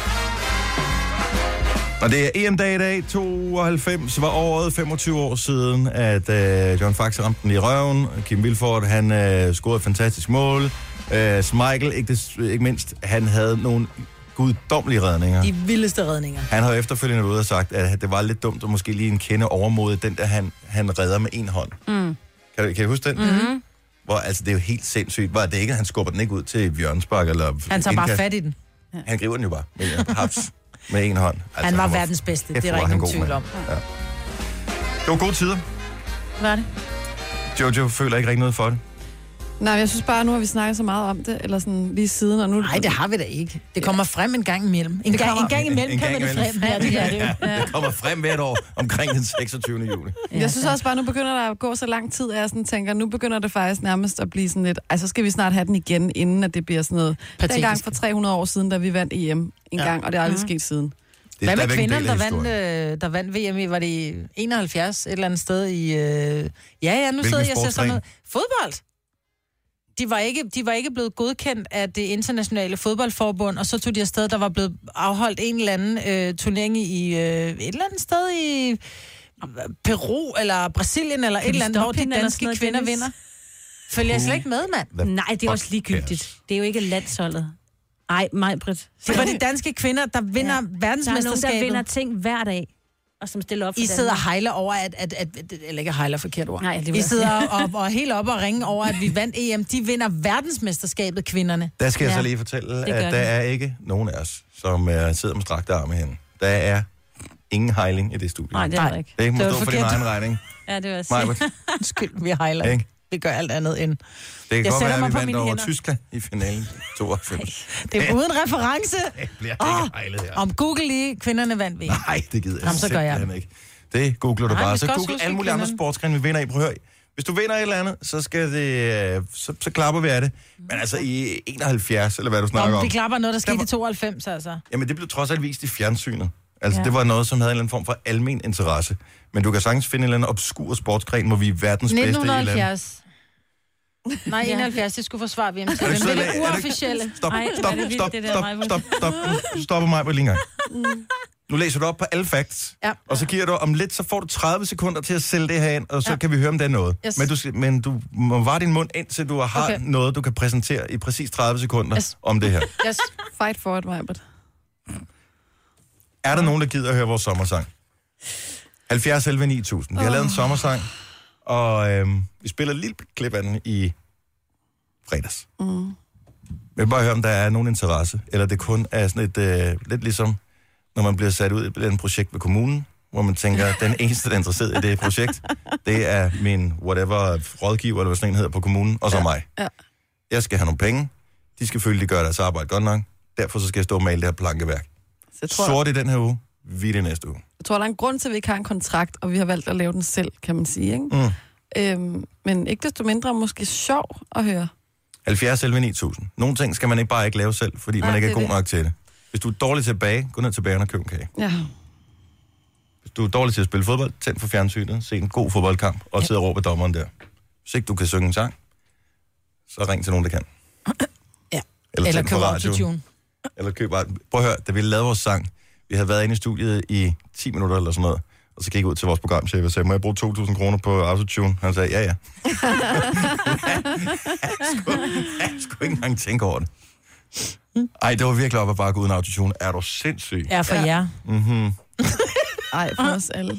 Og det er E M-dag i dag, tooghalvfems var året, femogtyve år siden, at øh, John Faxe ramte den i røven. Kim Vilfort, han øh, scorede et fantastisk mål. Øh, Schmeichel, ikke, det, ikke mindst, han havde nogle guddommelige redninger. De vildeste redninger. Han har efterfølgende ude og sagt, at det var lidt dumt at måske lige en kende overmodet, den der han, han redder med en hånd. Mm. Kan, kan I huske den? Mm-hmm. Hvor, altså, det er jo helt sindssygt. Var det ikke, han skubber den ikke ud til Hjørnsbak? Eller han tager bare fat i den. Ja. Han griber den jo bare med haps. Med en hånd. Altså, han var han verdens bedste, det er der ikke nogen tvivl om. Ja. Det var gode tider. Hvad er det? Jojo føler ikke rigtig noget for det. Nej, jeg synes bare, nu har vi snakket så meget om det, eller sådan lige siden, og nu... Nej, det har vi da ikke. Det kommer frem en gang imellem. En, gang, kommer, en gang imellem en, en kommer det frem. Ja, det, er det, ja. Det kommer frem hvert år omkring den seksogtyvende juli. Ja, jeg synes også bare, nu begynder der at gå så lang tid, at jeg sådan tænker, nu begynder det faktisk nærmest at blive sådan lidt... Altså, skal vi snart have den igen, inden at det bliver sådan noget... Patetisk. Den gang for tre hundrede år siden, da vi vandt E M en ja. gang, og det er aldrig mm. sket siden. Hvad med kvinderne, der vandt, øh, der vandt V M i, var det i enoghalvfjerds, et eller andet sted i... Øh... Ja, ja, nu sidder jeg og ser sådan noget. Fodbold! De var, ikke, de var ikke blevet godkendt af det internationale fodboldforbund, og så tog de afsted, der var blevet afholdt en eller anden øh, turnering i øh, et eller andet sted i Peru, eller Brasilien, eller et eller andet, hvor de danske kvinder Dennis? vinder. Følger jeg slet ikke med, mand? Nej, det er også ligegyldigt. Det er jo ikke landsholdet. Ej, mig, Britt. Det var de danske kvinder, der vinder ja. verdensmesterskabet. Der er nogen, der vinder ting hver dag, og som stiller op for I sidder og hejler over, at, at, at, at... Eller ikke hejler forkert ord. Nej, det I sidder og, og helt op og ringe over, at vi vandt E M. De vinder verdensmesterskabet, kvinderne. Der skal jeg ja. så lige fortælle, at der de. er ikke nogen af os, som uh, sidder med strakte arme henne. Der er ingen hejling i det studie. Nej, det er ikke. Det må stå for din egen regning. Ja, det var jeg sige. Undskyld, vi hejler ikke. Vi gør alt andet end... Det kan jeg godt være, at vi vandt over hænder. Tyskland i finalen tooghalvfems. Det er uden reference. Det bliver det ikke hejlet her. Om Google lige, kvinderne vandt vi. Nej, det gider jeg Jamen, så gør jeg. ikke. Det googler du Nej, bare. Så google alle mulige andre sportsgrene, vi vinder i. Prøv at høre. Hvis du vinder et eller andet, så skal det... Så, så klapper vi af det. Men altså i enoghalvfjerds, eller hvad du snakker Nå, om. Vi klapper noget, der skete i tooghalvfems, altså. Jamen, det blev trods alt vist i fjernsynet. Altså, ja. det var noget, som havde en eller anden form for almen interesse. Men du kan sagtens finde en eller anden obskur sportsgren, hvor vi er verdens bedste i landet. nitten halvfjerds. Nej, enoghalvfjerds, det skulle forsvare V M. Men det er det uofficielle. Stop, stop, stop, stop, stop, stop. Du stopper mig på lige en gang. Nu læser du op på alle facts, ja. og så giver du om lidt, så får du tredive sekunder til at sælge det her ind, og så ja. kan vi høre, om det er noget. Yes. Men, du, men du må vare din mund ind, til du har okay. noget, du kan præsentere i præcis tredive sekunder yes. om det her. Yes, fight for it, Majbert. Er der nogen, der gider at høre vores sommersang? halvfjerds elleve ni tusind. Vi har oh. lavet en sommersang, og øhm, vi spiller et lille klip af den i fredags. Mm. Jeg vil bare høre, om der er nogen interesse, eller det kun er sådan et, øh, lidt ligesom, når man bliver sat ud i et projekt ved kommunen, hvor man tænker, at den eneste, der er interesseret i det projekt, det er min whatever rådgiver, eller hvad sådan en hedder på kommunen, og så ja. mig. Ja. Jeg skal have nogle penge. De skal følge, de gør deres arbejde godt nok. Derfor så skal jeg stå og male det her plankeværk. Tror, Sort i den her uge, vi det næste uge. Jeg tror, der er en grund til, at vi ikke har en kontrakt, og vi har valgt at lave den selv, kan man sige. Ikke? Mm. Øhm, men ikke desto mindre måske sjov at høre. halvfjerds elleve ni tusind. Nogle ting skal man ikke bare ikke lave selv, fordi Nej, man ikke er god det. nok til det. Hvis du er dårlig til at bage, gå ned til bageren og køb en kage. Ja. du er dårlig til at spille fodbold, tænd for fjernsynet, se en god fodboldkamp, og sidde og råbe dommeren der. Hvis ikke du kan synge en sang, så ring til nogen, der kan. Ja. Eller, Eller tænd køb for radioen. autotune. Eller køb Prøv at høre, da vi lavede vores sang, vi havde været inde i studiet i ti minutter eller sådan noget, og så gik jeg ud til vores programchef og sagde, må jeg bruge to tusind kroner på autotune? Han sagde, ja, ja. jeg, skulle, jeg skulle ikke engang tænke over det. Ej, det var virkelig op at bakke uden autotune. Er du sindssyg? Ja, for ja. jer. Mhm. Ej, for os alle.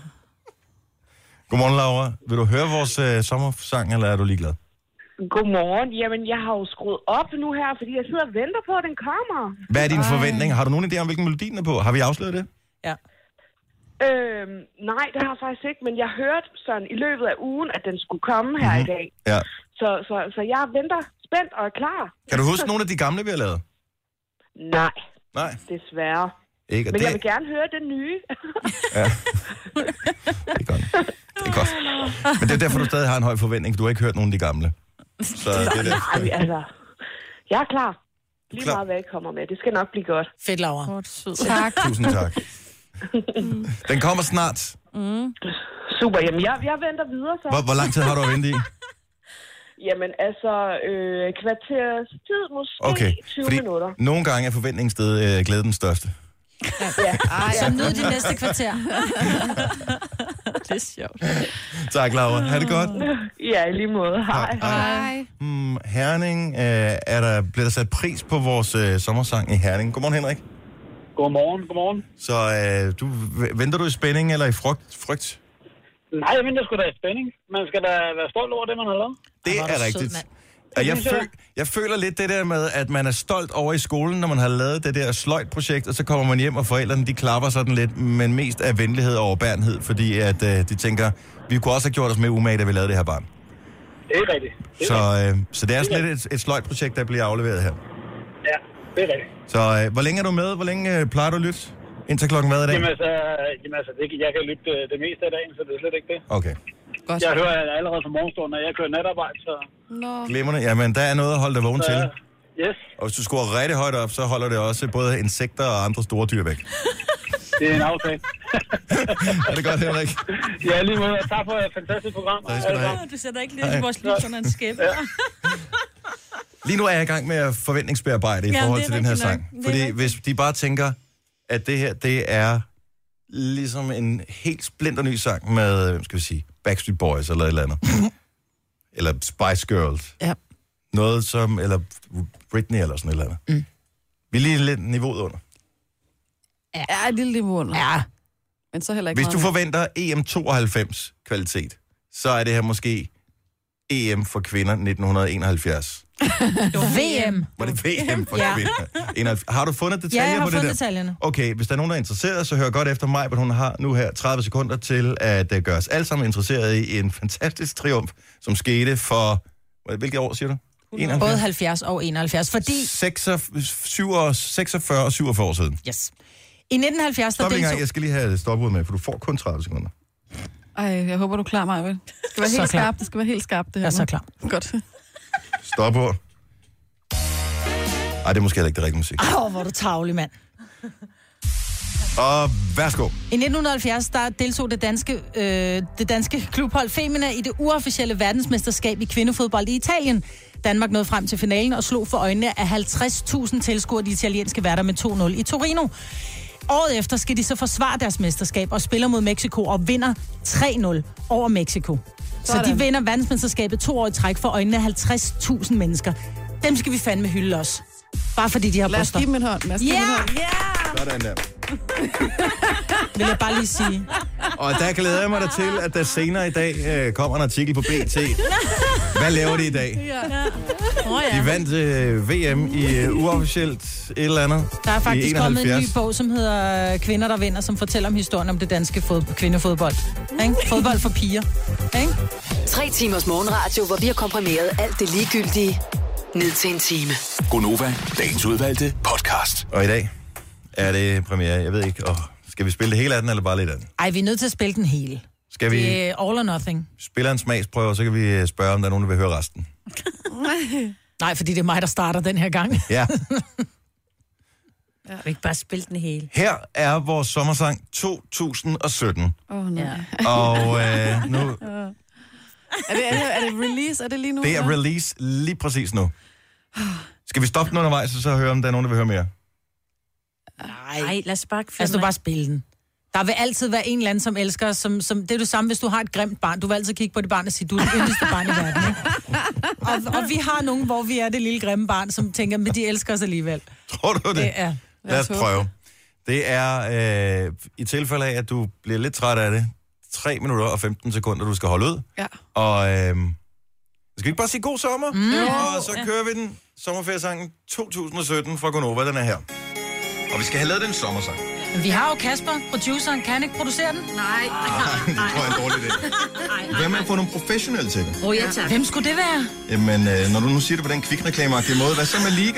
Godmorgen, Laura. Vil du høre vores øh, sommersang, eller er du ligeglad? Godmorgen. Jamen, jeg har jo skruet op nu her, fordi jeg sidder og venter på, at den kommer. Hvad er dine forventninger? Har du nogen idé om, hvilken melodi den er på? Har vi afsløret det? Ja. Øhm, nej, det har jeg faktisk ikke, men jeg hørte sådan i løbet af ugen, at den skulle komme her mm-hmm. i dag. Ja. Så, så, så jeg venter spændt og er klar. Kan du huske nogle af de gamle, vi har lavet? Nej, Nej. desværre. Ikke, men det... jeg vil gerne høre den nye. Ja. Det er godt. Det er godt. Men det er derfor, du stadig har en høj forventning, for du har ikke hørt nogen af de gamle. Så det er det. Nej, altså, jeg er klar. Lige Klar. meget, hvad jeg kommer med. Det skal nok blive godt. Fedt, Laura. Tak. Tusind tak. Den kommer snart. Mm. Super, jamen jeg, jeg venter videre så. Hvor, hvor lang tid har du at vente i? Jamen altså, øh, kvarters tid, måske Okay, tyve fordi minutter. nogle gange er forventningssted øh, glæde den største. Ja. Ej, så nyd de næste kvarter. Det er sjovt. Tak, Laura. Ha' det godt. Ja, i lige måde. Hej. Hej. Hmm, Herning, øh, er der, bliver der sat pris på vores øh, sommersang i Herning? Godmorgen, Henrik. Godmorgen, godmorgen. Så øh, du, venter du i spænding eller i frygt? frygt? Nej, jeg venter sgu da i spænding. Man skal da være stolt over det, man har lavet. Det Ej, hvor er er du rigtigt. sød, Og jeg, føl, jeg føler lidt det der med, at man er stolt over i skolen, når man har lavet det der sløjtprojekt, og så kommer man hjem, og forældrene de klapper sådan lidt, men mest af venlighed og overbærenhed, fordi at, øh, de tænker, vi kunne også have gjort os mere umage, da vi lavede det her barn. Det er rigtigt. Det er Så, rigtigt. øh, så det er sådan lidt et, et sløjtprojekt, der bliver afleveret her. Ja, det er rigtigt. Så øh, hvor længe er du med? Hvor længe øh, plejer du at lytte? Indtil klokken hvad i dag? Jamen altså, jamen, altså det, jeg kan lytte det, det meste af dagen, så det er slet ikke det. Okay. Godt. Jeg hører allerede fra morgenstunden, når jeg kører natarbejde, så... Nå. Glimrende. Jamen, der er noget at holde dig vågen så til. yes, Og hvis du scorer rigtig højt op, så holder det også både insekter og andre store dyr væk. det er en aftale. Er det godt, Henrik? Ja, lige måde. Tak for et fantastisk program. Tak skal du have. Du sætter ikke lidt i vores liv under en skæppe. Lige nu er jeg i gang med at forventningsbearbejde i Ja, forhold det er til den her rigtigt nok. sang. Det er Fordi rigtigt. hvis de bare tænker, at det her, det er ligesom en helt splinterny sang med, hvad skal vi sige, Backstreet Boys eller et eller andet. Eller Spice Girls. Ja. Noget som, eller Britney eller sådan et eller andet. Mm. Vi er lige lidt niveauet under. Ja, et lille niveau under. Ja. Men så heller ikke Hvis meget du mere. forventer E M tooghalvfems kvalitet, så er det her måske E M for kvinder nitten enoghalvfjerds. V M. Var det V M for Ja. kvinder? enoghalvfjerds. Har du fundet Ja, detaljer jeg har på det fundet der? detaljerne. Okay, hvis der er nogen, der er interesseret, så hør godt efter mig, men hun har nu her tredive sekunder til at uh, gøre os alle sammen interesseret i en fantastisk triumf, som skete for... Hvilket år siger du? Både halvfjerds og enoghalvfjerds, fordi... seksogfyrre, seksogfyrre og syvogfyrre år siden. Yes. I nitten halvfjerds, der Stop lige en gang, deltog... jeg skal lige have stopud med, for du får kun tredive sekunder. Ej, jeg håber, du er klar, Maja. Det skal være Så helt klar. skarpt. Det skal være helt skarpt, det her. Jeg er så nu. klar. Godt. Stopud. Ej, det er måske heller ikke det rigtige musik. Åh, hvor er du tavlig, mand. Og værsgo. I nitten halvfjerds, der deltog det danske, øh, det danske klubhold Femina i det uofficielle verdensmesterskab i kvindefodbold i Italien. Danmark nåede frem til finalen og slog for øjnene af halvtreds tusind tilskuere de italienske værter med to nul i Torino. Året efter skal de så forsvare deres mesterskab og spiller mod Mexico og vinder tre nul over Mexico. Så Sådan. de vinder verdensmesterskabet to år i træk for øjnene af halvtreds tusind mennesker. Dem skal vi fandme hylde os. Bare fordi de har Lad os bryster. give dem en hånd. Lad os give Ja, dem en hånd. ja, Sådan der. vil jeg bare lige sige. Og der glæder jeg mig da til, at der senere i dag øh, kommer en artikel på B T. Hvad laver de i dag? Ja. Oh, ja. De vandt øh, V M i øh, uofficielt et eller andet. Der er faktisk i kommet en ny enoghalvfjerds. bog, som hedder Kvinder, der vinder, som fortæller om historien om det danske fod- kvindefodbold. Ikke? Fodbold for piger. Ikke? Tre timers morgenradio, hvor vi har komprimeret alt det ligegyldige ned til en time. Gonova, dagens udvalgte podcast. Og i dag er det premiere. Jeg ved ikke, åh, skal vi spille det hele af den, eller bare lidt af den? Ej, vi er nødt til at spille den hele. Skal vi Det er all or nothing. spille en smagsprøve, og så kan vi spørge, om der er nogen, der vil høre resten. Nej, fordi det er mig, der starter den her gang. Ja. Ja. Vi ikke bare spille den hele. Her er vores sommersang to tusind sytten. Åh, oh, nej. Ja. Og øh, nu... Er det, er, det, er det release? Er det lige nu? Det er release lige præcis nu. Skal vi stoppe den undervejs, og så høre, om der er nogen, der vil høre mere? Nej, lad os bare... Lad os nu bare spille den. Der vil altid være en eller anden, som elsker os, som, som, det er det samme, hvis du har et grimt barn. Du vil altid kigge på det barn og sige, du er det yndligste barn i verden. Ikke? Og, og vi har nogen, hvor vi er det lille grimme barn, som tænker, men de elsker os alligevel. Tror du det? Det er. Lad os prøve. Det er, øh, i tilfælde af, at du bliver lidt træt af det, tre minutter og femten sekunder, du skal holde ud. Ja. Og øh, skal vi ikke bare sige god sommer? Mm. Og så kører vi den sommerferiesangen to tusind sytten fra Gonova, den er her. Og vi skal have lavet den sommersang. Vi har jo Kasper, produceren. Kan han ikke producere den? Nej. Det tror jeg er en dårlig idé. Hvad med at få nogle professionelle til det? Oh, ja, tak. Hvem skulle det være? Jamen, øh, når du nu siger det på den kvikreklameagtige måde, hvad så med Liga?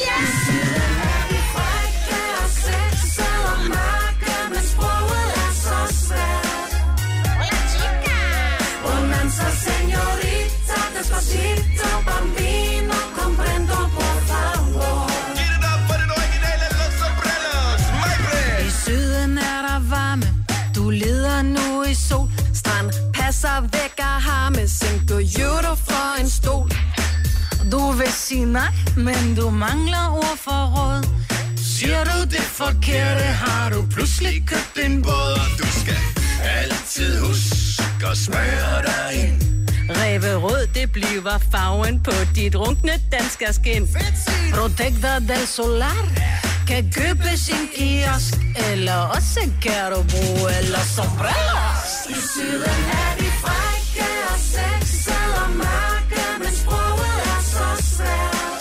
I syden er der varme, du leder nu i sol. Strand passer væk af harme, sænk du euro for en stol. Du vil sige nej, men du mangler ord for råd. Siger du det forkerte, har du pludselig købt en båd. Og du skal altid huske at smøre dig ind. Ræverød, det bliver farven på dit runkne danske skin. Protector del Solar kan købes i en kiosk, eller også kan du bruge eller sombreros. I syden er de frække og sexede og mørke, men sproget er så svært.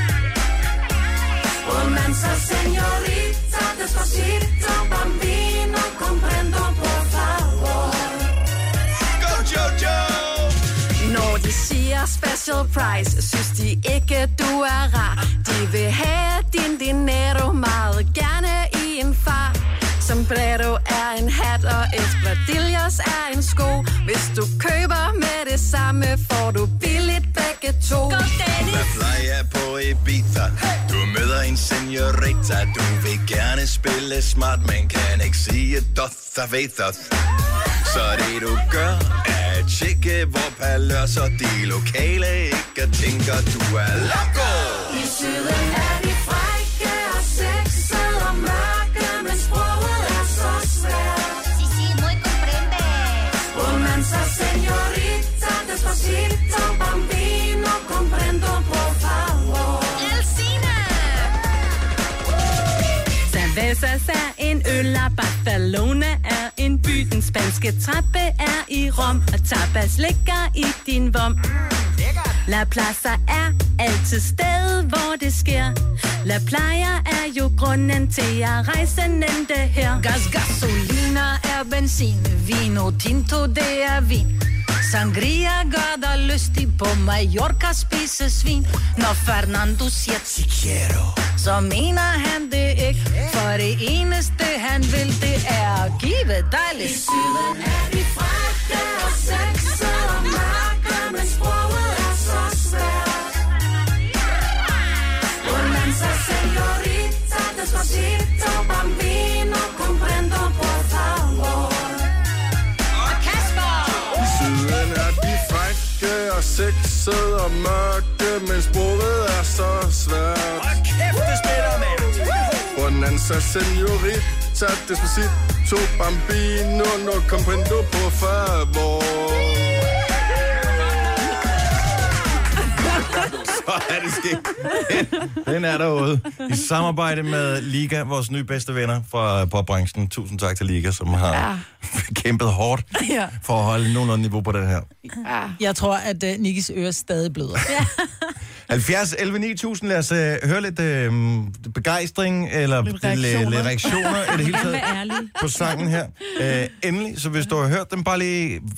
Bonanza, señorita, despacito, bambino, comprendo, por favor. Go, Jojo! Når de siger special price, synes de ikke, du er rar. De vil have din dinero meget gerne i en far. Sombrero er en hat, og espadrilles er en sko. Hvis du køber med det samme, får du billigt begge to. Go, Dennis! Hvad plejer på Ibiza? Du møder en señorita. Du vil gerne spille smart, men kan ikke sige doth og vethos. Så det du gør, er at tjekke, hvor paløs og de lokale ikke tænker, du er loco. I syden er de frække og sexede og mørke, men sproget er så svært. Sí, sí, muy comprende. Bonanza, señorita, despacito, bambino, comprendo, por favor. El cine. Cervezas er en øl, og Barcelona er en by. Den spanske trappe er i Rom, og tapas ligger i din vom. La Plaza er altid sted, hvor det sker. La Playa er jo grunden til at rejse nente her. Gas, gasolina er benzin, vino tinto, det er vin. Sangria gør dig lystig på Mallorca, spise svin. Når Fernando siger chiquero, så mener han det ikke. For det eneste han vil, det er at give dig lidt. I syden er de frække og sexede og mørke, men sproget er så svært. Bonanza, señorita, despacito, bambino, comprendo, por favor. Og Kasper! I syden er de frække og sexede og mørke, men sproget er så svært. Og kæft, det spiller, mand! Bonanza, señorita, despacito, bambino, no comprendo, por favor. Så er det sket. Den, den er derude. I samarbejde med Liga, vores nye bedste venner fra popbranchen. Tusind tak til Liga, som har ja. kæmpet hårdt Ja. for at holde nogenlunde niveau på den her. Ja. Jeg tror, at uh, Nikkis øre stadig bløder. Ja. halvfjerds elleve ni tusind, lad os uh, høre lidt uh, begejstring eller Lidt lidt reaktioner. reaktioner, reaktioner i det hele taget Vær ærlig. på sangen her. Uh, endelig, så hvis du har hørt dem, bare lige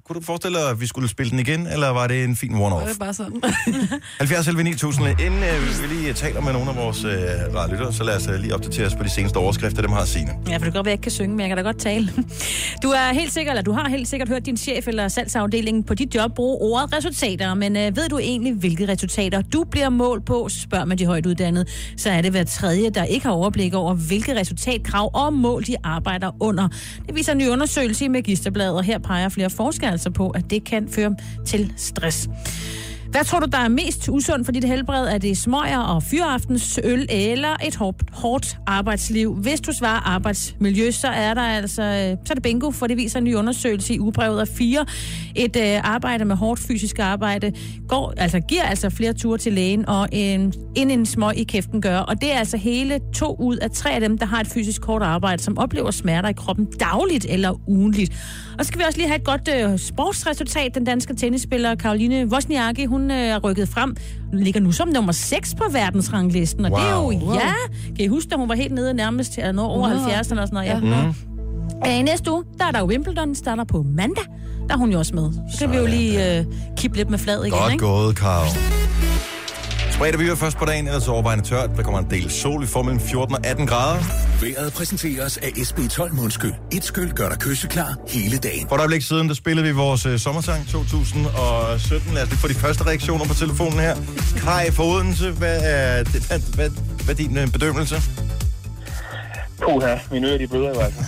kunne du forestille dig, at vi skulle spille den igen, eller var det en fin one-off? Det er bare sådan. halvfjerds elleve ni tusind. Inden øh, vi lige taler med nogle af vores øh, radiolyttere, så lad os øh, lige opdatere os på de seneste overskrifter, dem har Signe. Ja, for det kan godt være, jeg ikke kan synge, men jeg kan da godt tale. Du er helt sikker, eller du har helt sikkert hørt din chef eller salgsafdelingen på dit job bruge ordet resultater, men øh, ved du egentlig, hvilke resultater du bliver målt på, spørg man de højt uddannede, så er det hver tredje, der ikke har overblik over, hvilke resultatkrav og mål de arbejder under. Det viser en ny undersøgelse i Magisterbladet, og her peger flere forskere altså på, at det kan føre til stress. Hvad tror du, der er mest usundt for dit helbred? Er det smøger og fyraftens øl eller et hårdt, hårdt arbejdsliv? Hvis du svarer arbejdsmiljø, så er der altså så er det bingo, for det viser en ny undersøgelse i ugebrevet af fire. Et øh, arbejde med hårdt fysisk arbejde går, altså, giver altså flere ture til lægen, og en, end en smøg i kæften gør. Og det er altså hele to ud af tre af dem, der har et fysisk hårdt arbejde, som oplever smerter i kroppen dagligt eller ugenligt. Og så skal vi også lige have et godt øh, sportsresultat. Den danske tennisspiller Caroline Wozniacki, hun øh, er rykket frem. Hun ligger nu som nummer seks på verdensranglisten. Og wow. Det er jo, ja, kan I huske, da hun var helt nede nærmest til at nå over halvfjerdserne og sådan noget? Ja. Mm. Æ, næste uge, der er der jo Wimbledon, starter på mandag. Der er hun jo også med. Så kan vi jo lige øh, kippe lidt med fladet igen, godt ikke? Godt gået, Karl. Spredt vi først på dagen, ellers overvejende tørt. Der kommer en del sol. Vi får mellem fjorten og atten grader. Vejret præsenteres af S B tolv Mundskyld. Et skyld gør dig kysseklar hele dagen. For et øjeblik siden, der spillede vi vores uh, sommersang to tusind sytten. Lad os lige få de første reaktioner på telefonen her. Kai fra Odense, hvad er, det, hvad, hvad, hvad er din uh, bedømmelse? Puha, mine ører, de bløder jo altså.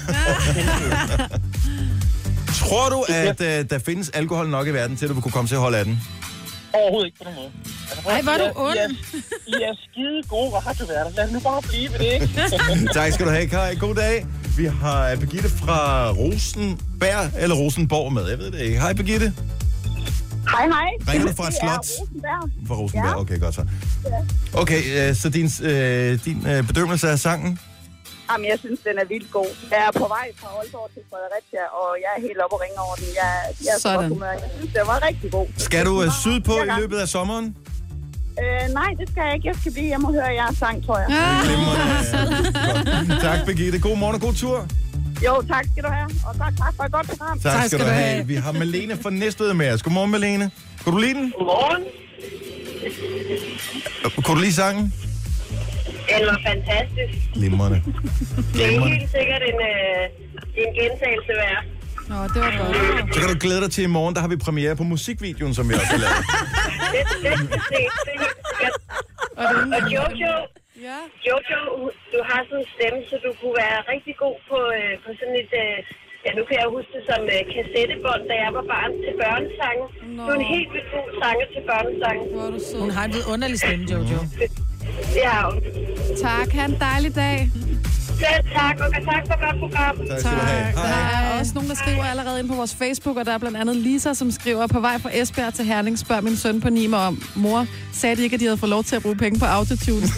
Tror du, at uh, der findes alkohol nok i verden, til at du vil kunne komme til at holde af den? Overhovedet ikke på nogen måde. Altså, ej, var du ond? I er, I er skide gode radioværter. Lad nu bare blive ved det, ikke? Tak skal du have, Kai. God dag. Vi har Birgitte fra Rosenberg, eller Rosenborg med. Jeg ved det ikke. Hej, Birgitte. Hej, hej. Ringer du fra et slot? Rosenberg. Fra Rosenberg, ja. Okay, godt så. Ja. Okay, så din, øh, din øh, bedømmelse af sangen? Jamen, jeg synes, den er vildt god. Jeg er på vej fra Aalborg til Fredericia, og jeg er helt oppe og ringer over den. Jeg, jeg er så godt humør. Jeg synes, den var rigtig god. Skal du øh, sydpå i løbet af sommeren? Øh, nej, det skal jeg ikke. Jeg skal blive hjemme og høre jeres sang, tror jeg. Ja. Tak, Birgitte. God morgen og god tur. Jo, tak skal du have. Og tak, tak for et godt program. Tak, tak skal, skal du have. have. Vi har Malene fra Næstved med os. Godmorgen, Malene. Kan du lide den? Godmorgen. Kunne du lide sangen? Den var fantastisk. Glimrende. Det er helt sikkert en, øh, en gentagelse værd. Nå, det var godt. Så kan du glæde dig til i morgen, der har vi premiere på musikvideoen, som vi også har lavet. det, det skal se. Det er helt sikkert. Og, og Jojo, ja. Jojo, du har sådan en stemme, så du kunne være rigtig god på, øh, på sådan et... Øh, ja, nu kan jeg huske det som øh, kassettebånd, da jeg var barn til børnesange. No. Du er en helt vildt god sanger til børnesange. Hun har en vidunderlig stemme, Jojo. Ja. Tak, ha' en dejlig dag. Selv tak, og tak for godt program. Tak skal du have. Der er også nogen, der skriver allerede ind på vores Facebook, og der er blandt andet Lisa, som skriver, på vej fra Esbjerg til Herning, spørger min søn på ni om, mor, sagde de ikke, at de havde fået lov til at bruge penge på autotune?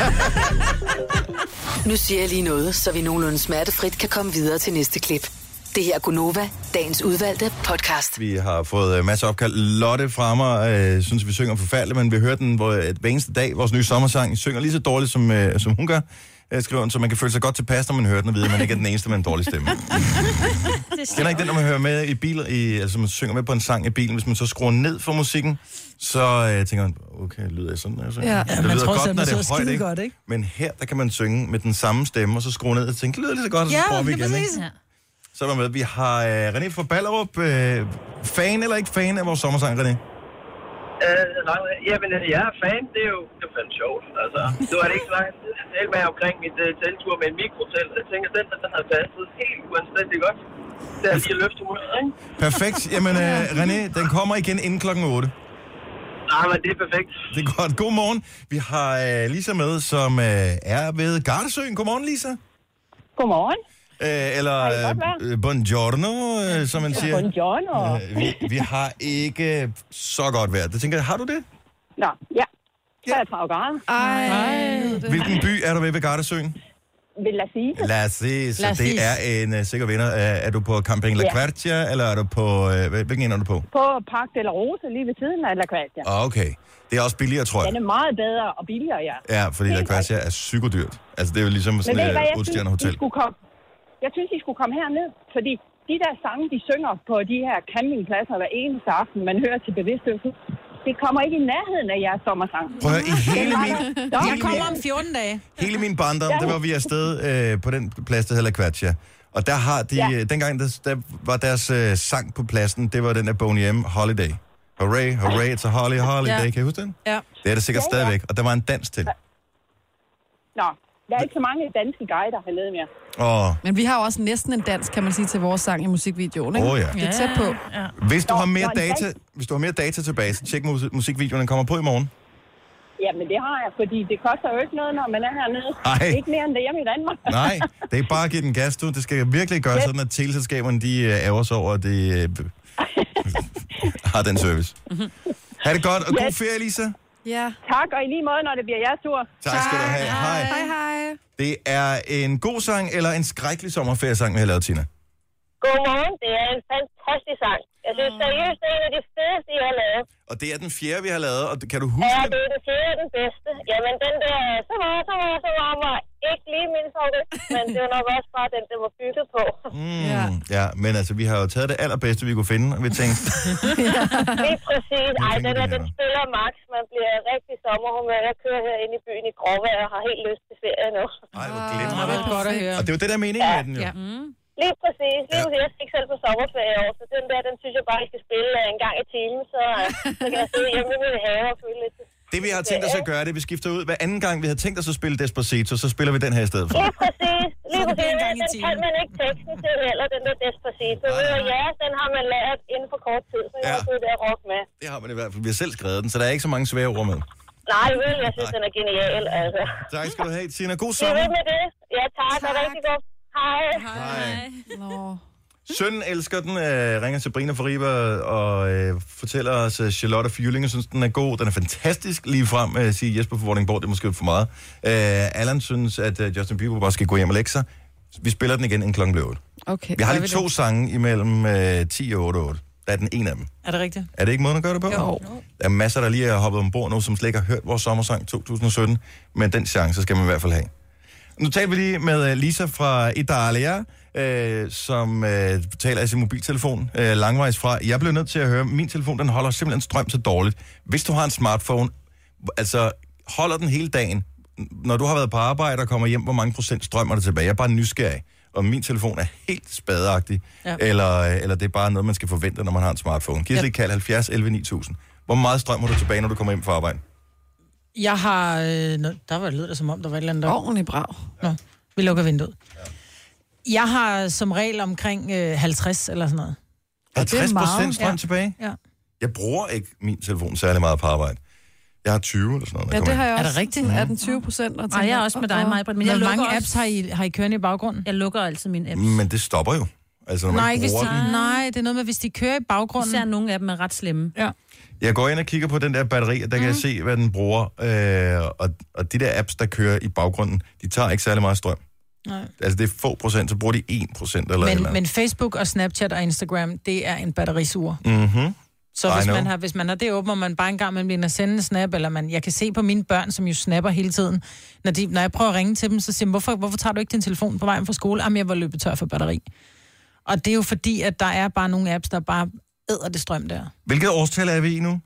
Nu siger jeg lige noget, så vi nogenlunde smertefrit kan komme videre til næste klip. Det her er Gunova, dagens udvalgte podcast. Vi har fået uh, masser af opkald. Lotte fra mig, uh, synes vi synger forfærdeligt, men vi hører den hvor, et hver eneste dag. Vores nye sommersang synger lige så dårligt, som, uh, som hun gør. Uh, skriver den, så man kan føle sig godt tilpas, når man hører den, og vide, at man ikke er den eneste med en dårlig stemme. Kender ikke den, når man hører med i bil, i, altså man synger med på en sang i bilen, hvis man så skruer ned for musikken, så uh, tænker man, okay, lyder jeg sådan? Altså, ja, det ja, lyder tror, godt, når det er højt, ikke? Godt, ikke? Men her, der kan man synge med den samme stemme, og så skrue ned og tænke, lyder lige så godt, og så ja, prøver vi igen, præcis. Ikke? Så er der med, vi har uh, René fra Ballerup. Uh, fan eller ikke fan af vores sommersang, René? Uh, nej, jamen, jeg er fan. Det er jo, det er fandme sjovt. Altså, nu er det ikke så langt tid. Jeg talte med omkring mit uh, teltur med en mikrotel. Jeg tænker, den, den har passet helt uanstændigt godt. Det er lige at løfte humøret, ikke? Perfekt. Jamen, uh, René, den kommer igen inden klokken otte. Nej, men det er perfekt. Det er godt. God morgen. Vi har uh, Lisa med, som uh, er ved Gardesøen. Godmorgen, Lisa. Godmorgen. Øh, eller øh, buongiorno, øh, som man siger. Buongiorno. Øh, vi, vi har ikke så godt vejr. Det tænker jeg, har du det? Nå, ja. treogtredive grader. Ej. Hvilken by er du ved ved Gardesøen? Ved La Cise. La Cise. La Det Cise. er en uh, sikker vinder. Uh, er du på Camping La Ja. Quercia, eller er du på... Uh, hvilken en er du på? På Park de la Rose, lige ved siden af La Quercia. Ah, okay. Det er også billigere, tror jeg. Den er meget bedre og billigere, ja. Ja, fordi La Quercia er psykodyrt. Altså, det er jo ligesom Men sådan ved I hvad, et jeg synes, otte-stjernet I hotel. skulle komme... Jeg synes, I skulle komme herned, fordi de der sange, de synger på de her campingpladser hver eneste aften, man hører til bevidstløshed, det kommer ikke i nærheden af jeres sommersang. Prøv at høre, i hele min... Jeg kommer om fjorten dage. Hele min barndom, der var vi afsted øh, på den plads, der hedder La Quatia. Og der har de... Ja. Øh, dengang, der, der var deres øh, sang på pladsen, det var den af Boney M. Holiday. Hooray, hooray, it's a holly holiday. Ja. Kan I huske den? Ja. Det er det sikkert Ja, ja. stadigvæk. Og der var en dans til. Nå, der er ikke så mange danske guider hernede mere. Oh. Men vi har jo også næsten en dans, kan man sige, til vores sang i musikvideoen, ikke? Åh, ja. Det er tæt på. Ja. Hvis du Nå, har mere nå, en data, hvis du har mere data tilbage, så tjek mus- musikvideoen, den kommer på i morgen. Jamen, det har jeg, fordi det koster jo ikke noget, når man er hernede. Ej. Ikke mere end det hjemme i Danmark. Nej, det er bare at give den gas, du. Det skal virkelig gøre sådan, at teleselskaberne, de øh, ærger sig over, at de øh, har den service. Ha' det godt, og god ferie, Lisa. Ja. Tak, og i lige måde, når det bliver jeres tur. Tak skal du have. Hej. Hej, hej. Det er en god sang, eller en skrækkelig sommerferiesang, vi har lavet, Tina? Godmorgen, det er en fantastisk sang. Jeg synes seriøst, det er en af de fedeste, I har lavet. Og det er den fjerde, vi har lavet, og kan du huske Ja, det? det er den fjerde og den bedste. Jamen, den der, så var, så var, så var, var ikke lige min favorit, men det var nok også bare den, der var bygget på. Mm, ja. ja, men altså, vi har jo taget det allerbedste, vi kunne finde, og vi tænkte... Lige præcis. Ej, den der, den spiller max. Man bliver rigtig sommerhumør. Jeg kører her ind i byen i Gråvejr og har helt lyst til ferie nu. Ej, hvor glimrende. Det er godt at høre. Og det er jo det, der er meningen Ja. med den, jo. Ja. Mm. Lige præcis. Lige præcis. Jeg skal ikke selv på sommerferie i år, så den der, den synes jeg bare, I skal spille en gang i timen, så, så kan jeg sidde hjemme i min have og føle lidt. Det vi har tænkt os at gøre, det er, at vi skifter ud. Hver anden gang, vi har tænkt os at spille Despacito, så spiller vi den her i stedet for. Lige præcis. Lige Så det bliver præcis. en gang i Den timen. kan man ikke teksten til heller, den der Despacito. Ved du, ja, den har man lært inden for kort tid, så jeg Ja. har siddet der og rock med. Det har man i hvert fald. Vi har selv skrevet den, så der er ikke så mange svære ord med. Nej, vel, jeg synes, den er genial, altså. Tak skal du have, Tina. God Det er sommer. ved med det. Ja, tak, og rigtig godt. Hej. Hej. Nå. Sønnen elsker den, øh, ringer til Brina fra Riva og øh, fortæller os, at Charlotte fra Jyllinge synes, den er god. Den er fantastisk lige frem, øh, siger Jesper fra Vordingborg, det er måske for meget. Øh, Allan synes, at øh, Justin Bieber bare skal gå hjem og lægge sig. Vi spiller den igen, inden klokken bliver otte. Okay. Vi har gør lige to det. sange imellem øh, ti og otte og otte. Der er den ene af dem. Er det rigtigt? Er det ikke måden at gøre det på? Jo. Der er masser, der lige er hoppet ombord nu, som slet ikke har hørt vores sommersang to tusind sytten. Men den chance skal man i hvert fald have. Nu taler vi lige med Lisa fra Italia, øh, som øh, taler i sin mobiltelefon øh, langvejs fra. Jeg blev nødt til at høre, min telefon den holder simpelthen strøm så dårligt. Hvis du har en smartphone, altså holder den hele dagen. Når du har været på arbejde og kommer hjem, hvor mange procent strøm er der tilbage? Jeg er bare nysgerrig, om min telefon er helt spadeagtig, ja. eller, eller det er bare noget, man skal forvente, når man har en smartphone. Giv os lige kald halvfjerds elleve ni tusind. Hvor meget strøm har du tilbage, når du kommer hjem fra arbejde? Jeg har... Øh, nå, der var det lød det som om, der var et eller andet... Der... Ordentligt brav. Nå, vi lukker vinduet. Ja. Jeg har som regel omkring øh, halvtreds eller sådan noget. halvtreds procent strøm ja. tilbage? Ja. Jeg bruger ikke min telefon særlig meget på arbejde. Jeg har tyve eller sådan noget. Ja, det har jeg også. Er det rigtigt? Er den tyve procent? Nej, jeg er også med dig, Majbrit. Men jeg Hvor lukker mange også... apps har I, har I kørende i baggrunden? Jeg lukker altid mine apps. Men det stopper jo. Altså, når man Nej, ikke, hvis bruger de, den. nej, det er noget med, hvis de kører i baggrunden. Især nogle af dem er ret slemme. Ja. Jeg går ind og kigger på den der batteri, og der kan mm. jeg se, hvad den bruger. Øh, og, og de der apps, der kører i baggrunden, de tager ikke særlig meget strøm. Nej. Altså, det er få procent, så bruger de en procent eller Men, eller. men Facebook og Snapchat og Instagram, det er en batterisuger. Mhm. Så hvis man, har, hvis man har det åbent, og man bare engang man bliver sende en snap, eller man, jeg kan se på mine børn, som jo snapper hele tiden, når, de, når jeg prøver at ringe til dem, så siger de, hvorfor, hvorfor tager du ikke din telefon på vejen fra skole? Jamen, jeg var løbet tør for batteri. Og det er jo fordi, at der er bare nogle apps, der bare æder det strøm der. Hvilket årstal er vi i nu?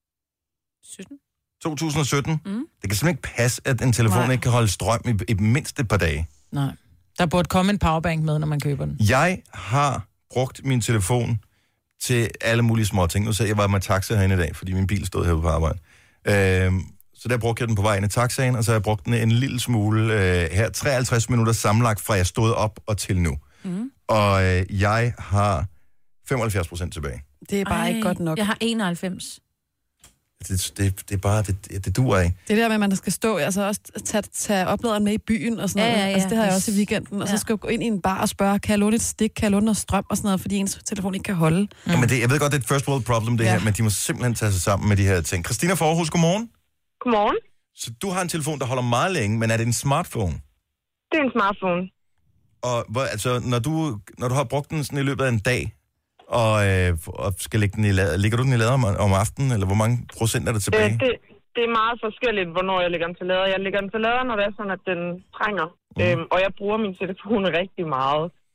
sytten. to tusind sytten? Mm. Det kan simpelthen ikke passe, at en telefon Nej. ikke kan holde strøm i, i mindst et par dage. Nej. Der burde komme en powerbank med, når man køber den. Jeg har brugt min telefon til alle mulige små ting. Nu sagde jeg, jeg var med taxa herinde i dag, fordi min bil stod herude på arbejde. Øhm, så der brugte jeg den på vej ind i taxaen, og så har jeg brugt den en lille smule øh, her. treoghalvtreds minutter sammenlagt, fra jeg stod op og til nu. Mm. Og øh, jeg har femoghalvfjerds procent tilbage. Det er bare Ej, ikke godt nok. Jeg har enoghalvfems. Det, det, det er bare, det, det duer ikke. Det der med, at man skal stå, altså også tage, tage opladeren med i byen og sådan Ja, noget. ja, ja. Altså det har jeg også i weekenden. Og så Ja. skal jeg gå ind i en bar og spørge, kan jeg låne et stik, kan jeg låne noget strøm og sådan noget, fordi ens telefon ikke kan holde. Mm. Jamen det, jeg ved godt, det er et first world problem, det ja. her, men de må simpelthen tage sig sammen med de her ting. Christina fra Aarhus, godmorgen. Godmorgen. Så du har en telefon, der holder meget længe, men er det en smartphone? Det er en smartphone. Og hvor, altså, når du, når du har brugt den sådan i løbet af en dag, og, øh, og skal lægge den i lader, ligger du den i lader om, om aftenen, eller hvor mange procent er der tilbage? Øh, det, det er meget forskelligt, hvornår jeg lægger den til lader. Jeg lægger den til lader, når det er sådan, at den trænger. Mm. Øhm, og jeg bruger min telefon rigtig meget.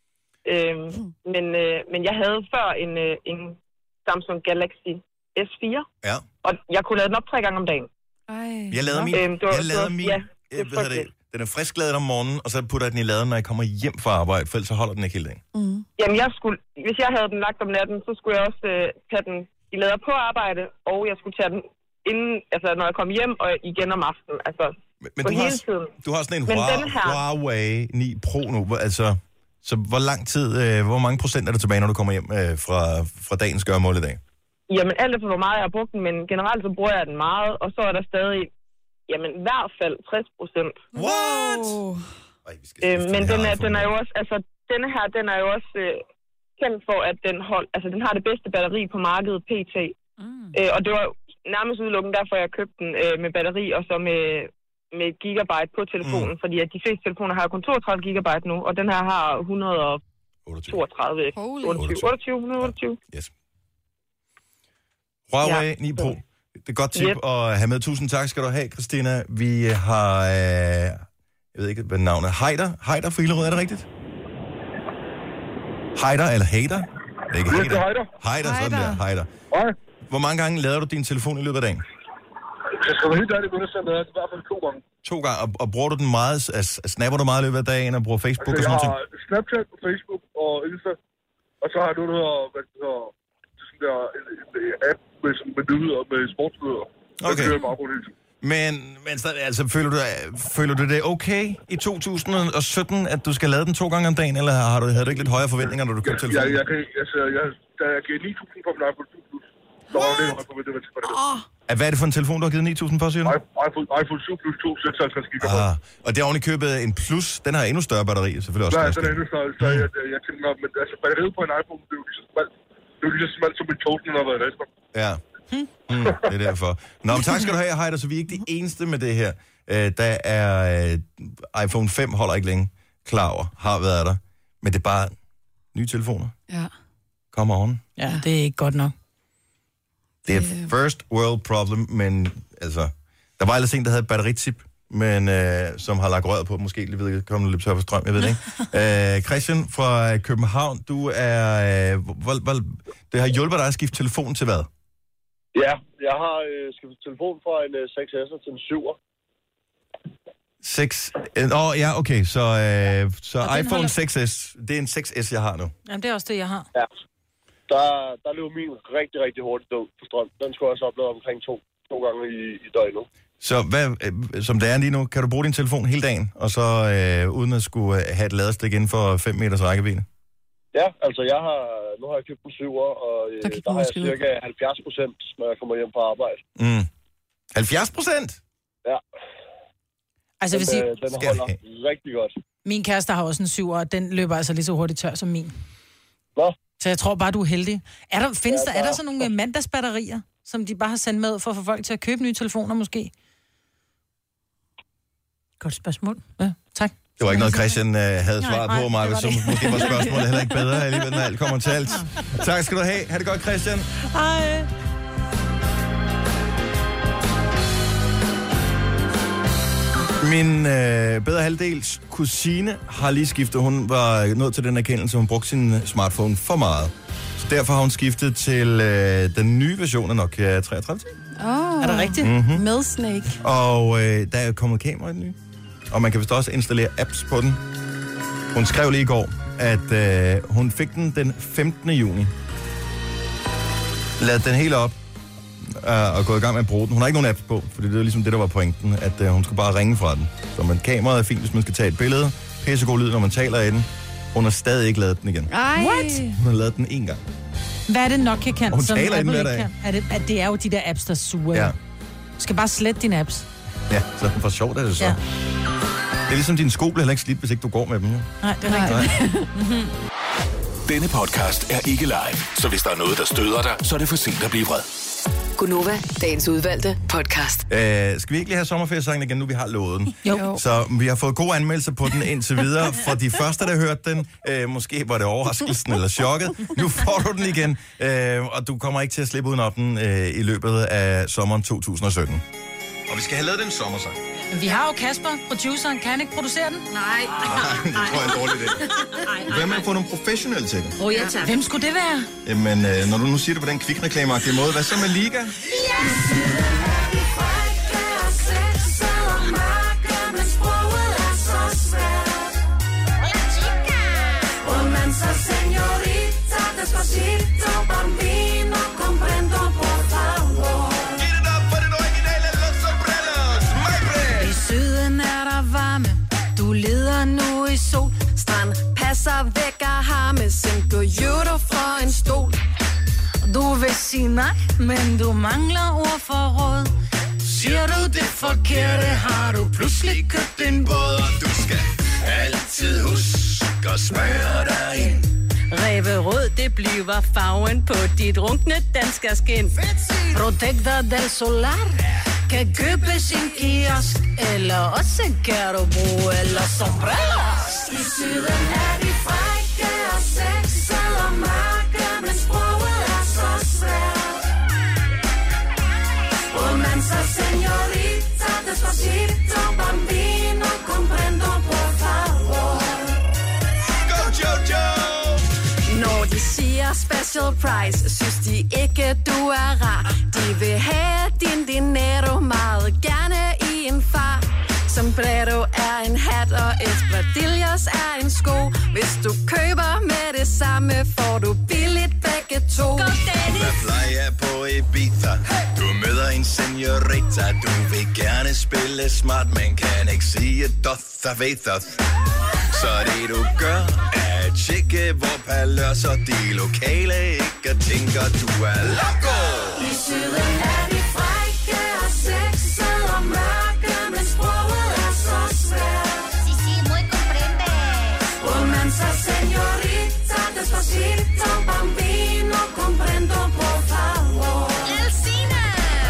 Øhm, men, øh, men jeg havde før en, øh, en Samsung Galaxy S fire, ja. og jeg kunne lade den op tre gange om dagen. Ej. Jeg lavede min, Øhm, det var, jeg lavede det var, min ja, jeg ved det, den er friskladet om morgenen, og så putter jeg den i laden, når jeg kommer hjem fra arbejde, for ellers så holder den ikke hele dagen. Mm. Jamen, jeg skulle, hvis jeg havde den lagt om natten, så skulle jeg også øh, tage den i lader på arbejde, og jeg skulle tage den inden, altså når jeg kom hjem, og igen om aftenen, altså men, men på du hele har, tiden. Du har sådan en men Huawei, her... Huawei ni Pro nu, altså, så hvor lang tid, øh, hvor mange procent er der tilbage, når du kommer hjem øh, fra, fra dagens gørmål i dag? Jamen, alt efter hvor meget jeg har brugt den, men generelt så bruger jeg den meget, og så er der stadig, jamen i hvert fald tres procent. What? Ej, øh, men den er, den er jo også, altså denne her, den er jo også øh, kendt for, at den hold, altså den har det bedste batteri på markedet P T. Mm. Øh, og det var nærmest udelukkende derfor, jeg købte den øh, med batteri og så med, med gigabyte på telefonen, mm. fordi at de fleste telefoner har kun toogtredive gigabyte nu, og den her har et hundrede og toogtredive, otteogtyve, otteogtyve, et hundrede og otteogtyve. Yes. Huawei ja. ni Pro. Det er et godt tip yep. at have med. Tusind tak skal du have, Christina. Vi har, øh, jeg ved ikke, hvad navnet er. Heider? Heider for Hillerød, er det rigtigt? Heider eller Hader? Det er ikke Hader. Heider. Heider, sådan der. Heider. Hvor mange gange lader du din telefon i løbet af dagen? Jeg skal være helt ærlig, at jeg lader i hvert fald to gange. To gange. Og, og bruger du den meget, altså, snapper du meget i løbet af dagen, og bruger Facebook altså, og sådan noget? Jeg har Snapchat på Facebook og Insta, og så har jeg noget, der hedder, hvad det hedder, sådan der, en, en app med, sådan, med nyheder og med sportsnyheder. Okay. Det bare på det. Men, men altså, føler du, føler du det okay i to tusind og sytten, at du skal lade den to gange om dagen, eller har du, havde du ikke lidt højere forventninger, når du købte telefonen? Ja, jeg kan, altså, jeg, da jeg gav ni tusind for min iPhone syv plus, så var det højere forventninger til det. Oh. Hvad er det for en telefon, du har givet ni tusind for, siger du? iPhone, iPhone syv plus to, seksoghalvtreds gigabyte. Ah, og det er oven i købet en plus, den har endnu større batteri, selvfølgelig også. Ja, den er endnu større, så jeg, jeg, jeg tænker, men altså, batteriet på en iPhone, det er jo lige så smalt, det er jo lige så smalt som en toast, når der har været læst. Ja. Mm, det er derfor. Nå, men tak skal du have, Heider, så vi er ikke de eneste med det her. Uh, der er uh, iPhone fem holder ikke længe. Klar over, har været der. Men det er bare nye telefoner. Ja. Come on. Ja, det er ikke godt nok. Det er et first world problem, men altså... Der var ellers en, der havde et batteritip, men uh, som har lagt røret på, måske lige ved, kommer lidt tør for strøm, jeg ved det ikke. uh, Christian fra København, du er... Uh, hvor, hvor, det har hjulpet dig at skifte telefon til hvad? Ja, jeg har øh, skiftet telefon fra en øh, seks S'er til en syver. seks Åh, oh, ja, okay. Så, øh, så iPhone holder... seks S, det er en seks S, jeg har nu. Jamen, det er også det, jeg har. Ja. Der, der løb min rigtig, rigtig hurtigt død på strøm. Den skulle jeg også opleve omkring to, to gange i, i døgnet. Så hvad, øh, som det er lige nu, kan du bruge din telefon hele dagen, og så øh, uden at skulle have et ladestik inden for fem meters rækkevidde? Ja, altså jeg har, nu har jeg købt en syver, og øh, der, der har jeg cirka halvfjerds procent, når jeg kommer hjem på arbejde. Mm. halvfjerds procent? Ja. Altså, den, hvis I... øh, den holder rigtig godt. Min kæreste har også en syver, og den løber altså lige så hurtigt tør som min. Nå? Så jeg tror bare, du er heldig. Er der, findes ja, der, er der sådan nogle mandagsbatterier, som de bare har sendt med for at få folk til at købe nye telefoner måske? Godt spørgsmål. Ja, tak. Det var ikke noget, Christian uh, havde svaret nej, på mig, det så måske var spørgsmålet heller ikke bedre alligevel, når alt kommer til alt. Tak skal du have. Ha' det godt, Christian. Hej. Min øh, bedre halvdels kusine har lige skiftet. Hun var nået til den erkendelse, hun brugte sin smartphone for meget. Så derfor har hun skiftet til øh, den nye version af Nokia treogtredive ti. Oh, er det rigtigt? Mm-hmm. Med Snake. Og øh, der er kommet kamera i den nye. Og man kan vist også installere apps på den. Hun skrev lige i går, at øh, hun fik den den femtende juni. Lad den helt op øh, og gå i gang med at bruge den. Hun har ikke nogen apps på, for det er ligesom det, der var pointen, at øh, hun skulle bare ringe fra den. Så man, kameraet er fint, hvis man skal tage et billede. Pissegod lyd, når man taler i den. Hun har stadig ikke lavet den igen. Ej. What? Hun har lavet den en gang. Hvad er det Nokia kan, hun som taler Apple ikke kan? Er det, at det er jo de der apps, der suger. Ja. Du skal bare slette dine apps. Ja, så for sjovt er det så. Ja. Det er ligesom, dine sko bliver heller ikke slidt, hvis ikke du går med dem. Jo. Nej, det er rigtigt. Denne podcast er ikke live, så hvis der er noget, der støder dig, så er det for sent at blive vred. Gunova, dagens udvalgte podcast. Uh, skal vi ikke lige have sommerferiesangen igen, nu vi har lovet den? Jo. Så vi har fået gode anmeldelser på den indtil videre. For de første, der hørte den, uh, måske var det overraskelsen eller chokket. Nu får du den igen, uh, og du kommer ikke til at slippe uden op den uh, i løbet af sommeren to tusind og sytten. Og vi skal have lavet den sommersang. Vi har jo Kasper, produceren. Kan han ikke producere den? Nej. Det tror jeg er en dårlig idé. Hvad med at få nogle professionelle til det? Åh, oh, ja, tak. Hvem skulle det være? Jamen, øh, når du nu siger det på den kvikreklameagtige måde, hvad så med Liga? I syden er der varme, du leder nu i sol. Strand passer væk af harme, send judo fra en stol. Du vil sige nej, men du mangler ord for råd. Siger du det forkerte, har du pludselig købt en båd. Og du skal altid huske at smøre dig ind. Ræverød, det bliver farven på dit runkne danskerskin. Protector del Solar kan købes i en kiosk, eller også kan du bruge eller sombreros. I syden er de frække og sexede og mørke, men sproget er så svært. Romancer, señorita, despacito, bambino, comprendo, por favor. Go, Jojo! Når de siger special price, synes de ikke, du er rar. De vil have din dinero meget gerne i en far. Sombrero er en hat, og espadrilles er en sko. Hvis du køber med det samme, får du billigt begge to. Go, La playa på Ibiza. Du møder en señorita. Du vil gerne spille smart, men kan ikke sige doth vethos. Så det du gør er at tjekke, hvor paløs og de lokale ikke tænker, du er loco. I syden er de frække og sexede og mørke, men sproget er så svært. Sí, sí, muy comprende. Romancer, señorita, despacito, bambino, comprendo, por favor. El cine.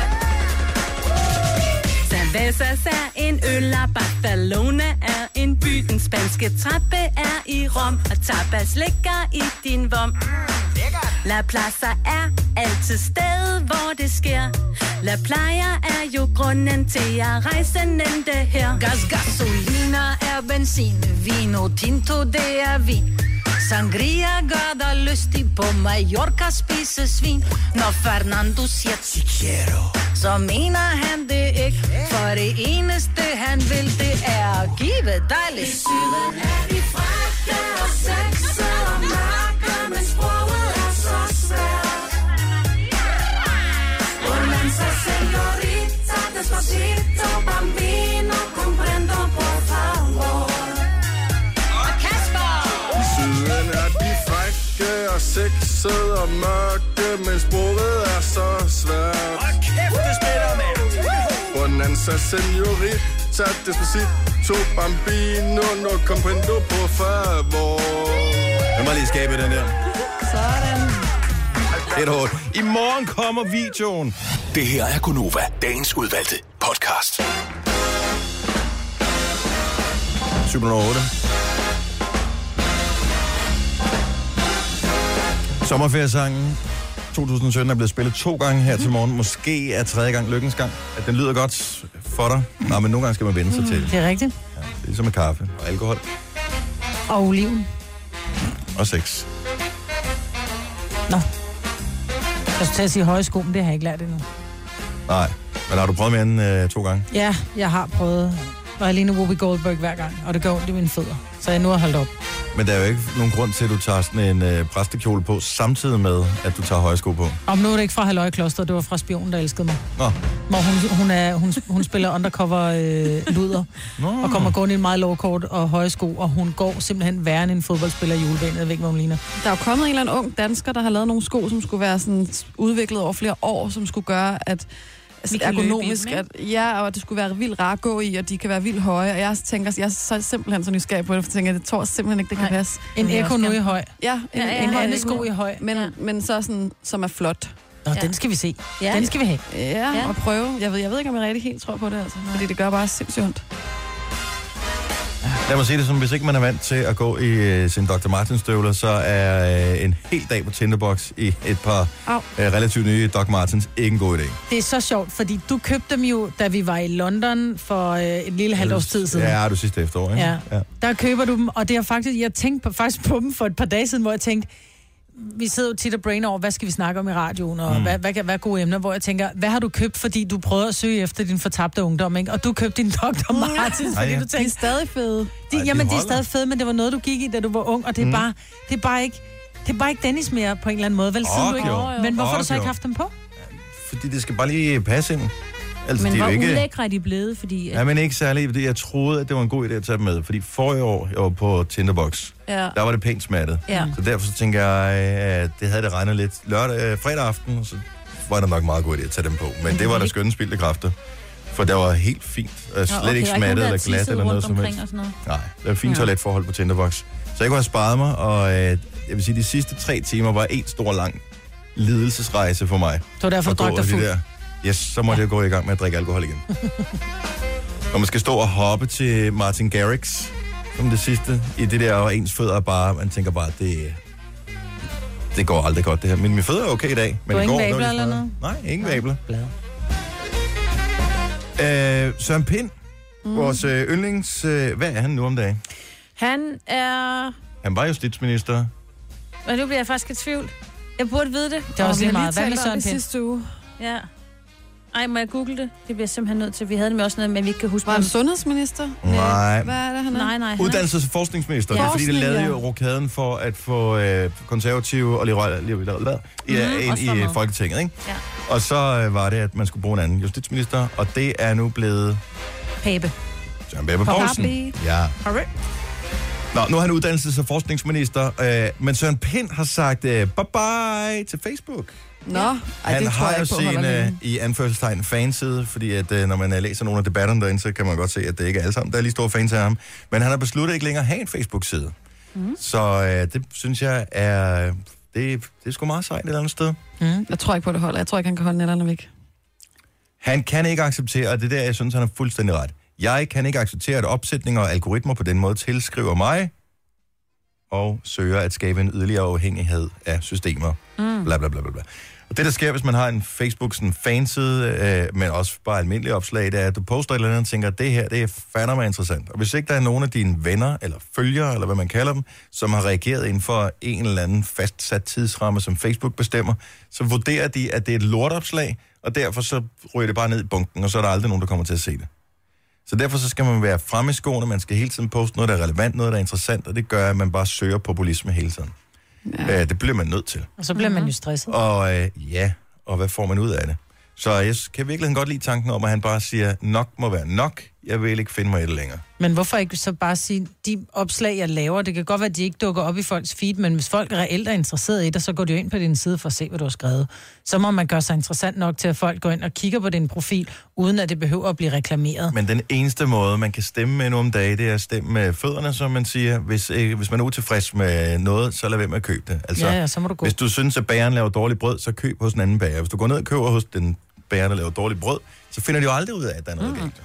Cervezas er en øl, og Barcelona er en by. Den spanske trappe er i Rom, og tapas ligger i din vom. La Plaza er altid sted, hvor det sker. La Playa er jo grunden til at rejse nente her. Gas, gasolina er benzin. Vino tinto, det er vin. Sangria gør dig lystig på Mallorca, spise svin. Når Fernando siger chiquero, så mener han det ikke. For det eneste han vil, det er at give dig lidt. I syden er de frække og sexede og mørke, men sproget er så svært. Romancer, señorita, despacito, bambino, comprendo, por favor. Og Kasper! I syden er de frække og sexede og mørke, men sproget er så svært. Og kæft, det spiller, mand! Bonanza, señorita, despacito, bambino, no comprendo, por favor. Jeg må lige skabe den der. Sådan. Et hårdt. I morgen kommer videoen. Det her er Gunova, dagens udvalgte podcast. syv nul otte. Sommerferiesangen to tusind sytten er blevet spillet to gange her til morgen. Måske er tredje gang lykkens gang. At den lyder godt for dig. Nå, men nogle gange skal man vende sig til det. Det er rigtigt. Ja, det er ligesom med kaffe og alkohol. Og oliven. Og sex. Nå. Jeg skulle til at sige høje sko, men det har jeg ikke lært endnu. Nej, men har du prøvet mere end øh, to gange? Ja, jeg har prøvet. Og jeg ligner Whoopi Goldberg hver gang, og det gør ondt i mine fødder. Så jeg nu har holdt op. Men der er jo ikke nogen grund til, at du tager sådan en øh, præstekjole på, samtidig med, at du tager høje sko på. Om nu er det ikke fra Halløj Kloster, det var fra Spionen, der elskede mig. Nå. Hvor hun, hun, er, hun, hun spiller undercover øh, luder, og kommer gående i en meget lovkort og høje sko, og hun går simpelthen værre end en fodboldspiller i julebanen. Jeg ved ikke, hvad hun ligner. Der er jo kommet en eller anden ung dansker, der har lavet nogle sko, som skulle være sådan udviklet over flere år, som skulle gøre, at altså, ergonomisk, at, ja, og det skulle være vildt rart at gå i, og de kan være vildt høje, og jeg tænker, jeg er så simpelthen så nysgerrig på det, for jeg tænker, jeg tror simpelthen ikke, det kan Nej. passe. En Eko nu i høj. Ja, en, Ja, ja, en, en høj anden Eko. sko i høj. Men, ja. men så sådan, som er flot. Nå, ja. Den skal vi se. Ja. Den skal vi have. Ja, Ja. og prøve. Jeg ved, jeg ved ikke, om jeg rigtig helt tror på det, altså. Fordi det gør bare sindssygt ondt. Lad mig sige det som, hvis ikke man er vant til at gå i øh, sin doktor Martens støvler, så er øh, en hel dag på Tinderbox i et par øh, relativt nye Doc Martens ikke en god idé. Det er så sjovt, fordi du købte dem jo, da vi var i London for øh, et lille halvt års tid siden. Ja, du sidste efterår, ikke? Ja. ja. Der køber du dem, og det er faktisk, jeg tænkte på, faktisk på dem for et par dage siden, hvor jeg tænkte, vi sidder jo tit og brainer over, hvad skal vi snakke om i radioen, og mm. hvad, hvad, hvad er gode emner, hvor jeg tænker, hvad har du købt, fordi du prøvede at søge efter din fortabte ungdom, ikke? Og du købte din doktor Martens, fordi ja. du tænkte... De er stadig fede. De, Ej, de jamen, de er holder. stadig fede, men det var noget, du gik i, da du var ung, og det er, mm. bare, det er bare ikke... Det er bare ikke Dennis mere, på en eller anden måde, vel? Siden Oh, du ikke... jo. Men hvorfor har Oh, du så ikke jo. haft dem på? Fordi det skal bare lige passe ind. Altså, Men de er hvor jo ikke... ulækre er de blevet, fordi... Ja, men ikke særlig, fordi jeg troede, at det var en god idé at tage dem med. Fordi forrige år, jeg var på Tinderbox, Ja. der var det pænt smattet. Ja. Så derfor så tænker jeg, at det havde det regnet lidt lørdag, øh, fredag aften, så var der nok meget god idé at tage dem på. Men, men det var der skønne spildte kræfter. For det var helt fint. Øh, slet okay, ikke der er smattet ikke nogen, eller der glat eller noget som helst. og sådan noget. Nej, det var fint Ja. toiletforhold på Tinderbox. Så jeg kunne have sparet mig, og øh, jeg vil sige, de sidste tre timer var en stor lang lidelsesrejse for mig. Så derfor At gå drak dig de fuld. der- Yes, så måtte ja. jeg gå i gang med at drikke alkohol igen. Og man skal stå og hoppe til Martin Garrix som det sidste i det der, og ens fødder er bare, man tænker bare, det, det går aldrig godt det her. Men mine fødder er okay i dag. Men Du har i går, ingen der var vabler de eller smadret. noget? Nej, ingen vabler. Blad. Øh, Søren Pind, mm. vores øh, yndlings... Øh, hvad er han nu om dagen? Han er... Han var justitsminister. Og nu bliver jeg faktisk i tvivl. Jeg burde vide det. Det er også vi lige har meget. Hvad med talt om Søren det Pind? sidste uge. Ja. Ej, må jeg google det? Det bliver jeg simpelthen nødt til. Vi havde det med også noget, men vi ikke kan huske. Var han hvem- sundhedsminister? Nej. Hvad er det, han er? Nej, nej. han er- Uddannelses- og forskningsminister. Ja. Det er fordi, de Forskning, lavede ja. jo rokaden for at få øh, konservative og liberale liberale- ja, Mhm, ind også i for øh, noget. Folketinget, ikke? Ja. Og så øh, var det, at man skulle bruge en anden justitsminister, og det er nu blevet Pape. Søren Pape Poulsen. Pape. Ja. Alright. Nå, nu er han uddannelses- og forskningsminister, øh, men Søren Pind har sagt øh, bye-bye til Facebook. Nå, ej, Han det tror har jeg jo ikke på, sin, holder øh, længe. i anførselstegn, fanside, fordi at, øh, når man øh, læser nogle af debatterne derinde, så kan man godt se, at det ikke er alle sammen, der er lige store fans af ham. Men han har besluttet ikke længere at have en Facebook-side. Mm. Så øh, det synes jeg er... Det, det er sgu meget sejt et eller andet sted. Mm. Jeg tror ikke på, det holder. Jeg tror ikke, han kan holde nælderne væk. Han kan ikke acceptere, og det er der, jeg synes, han har fuldstændig ret. Jeg kan ikke acceptere, at opsætninger og algoritmer på den måde tilskriver mig og søger at skabe en yderligere afhængighed af systemer. Mm. Bla, bla, bla, bla, bla. Og det, der sker, hvis man har en Facebook sådan fanside, øh, men også bare almindelig opslag, det er, at du poster et eller andet og tænker, at det her, det er fandme interessant. Og hvis ikke der er nogen af dine venner, eller følgere, eller hvad man kalder dem, som har reageret inden for en eller anden fastsat tidsramme, som Facebook bestemmer, så vurderer de, at det er et lortopslag, og derfor så ryger det bare ned i bunken, og så er der aldrig nogen, der kommer til at se det. Så derfor så skal man være fremme i skoene, man skal hele tiden poste noget, der er relevant, noget, der er interessant, og det gør, at man bare søger populisme hele tiden. Ja. Øh, det bliver man nødt til. Og så bliver man jo stresset. Og øh, ja, og hvad får man ud af det? Så jeg kan virkelig godt lide tanken om, at han bare siger, nok må være nok, jeg vil ikke finde mig i det længere. Men hvorfor ikke så bare sige, de opslag, jeg laver, det kan godt være, at de ikke dukker op i folks feed, men hvis folk reelt er interesseret i det, så går de jo ind på din side for at se, hvad du har skrevet. Så må man gøre sig interessant nok til, at folk går ind og kigger på din profil, uden at det behøver at blive reklameret. Men den eneste måde, man kan stemme med nu om dagen, det er at stemme med fødderne, som man siger. Hvis, øh, hvis man er utilfreds med noget, så lad være med at købe det. Altså, Ja, ja, så må du gå. Hvis du synes, at bageren laver dårligt brød, så køb hos en anden bager. Hvis du går ned og køber hos den bager, der laver dårligt brød, så finder de jo aldrig ud af, at der er noget mm. galt.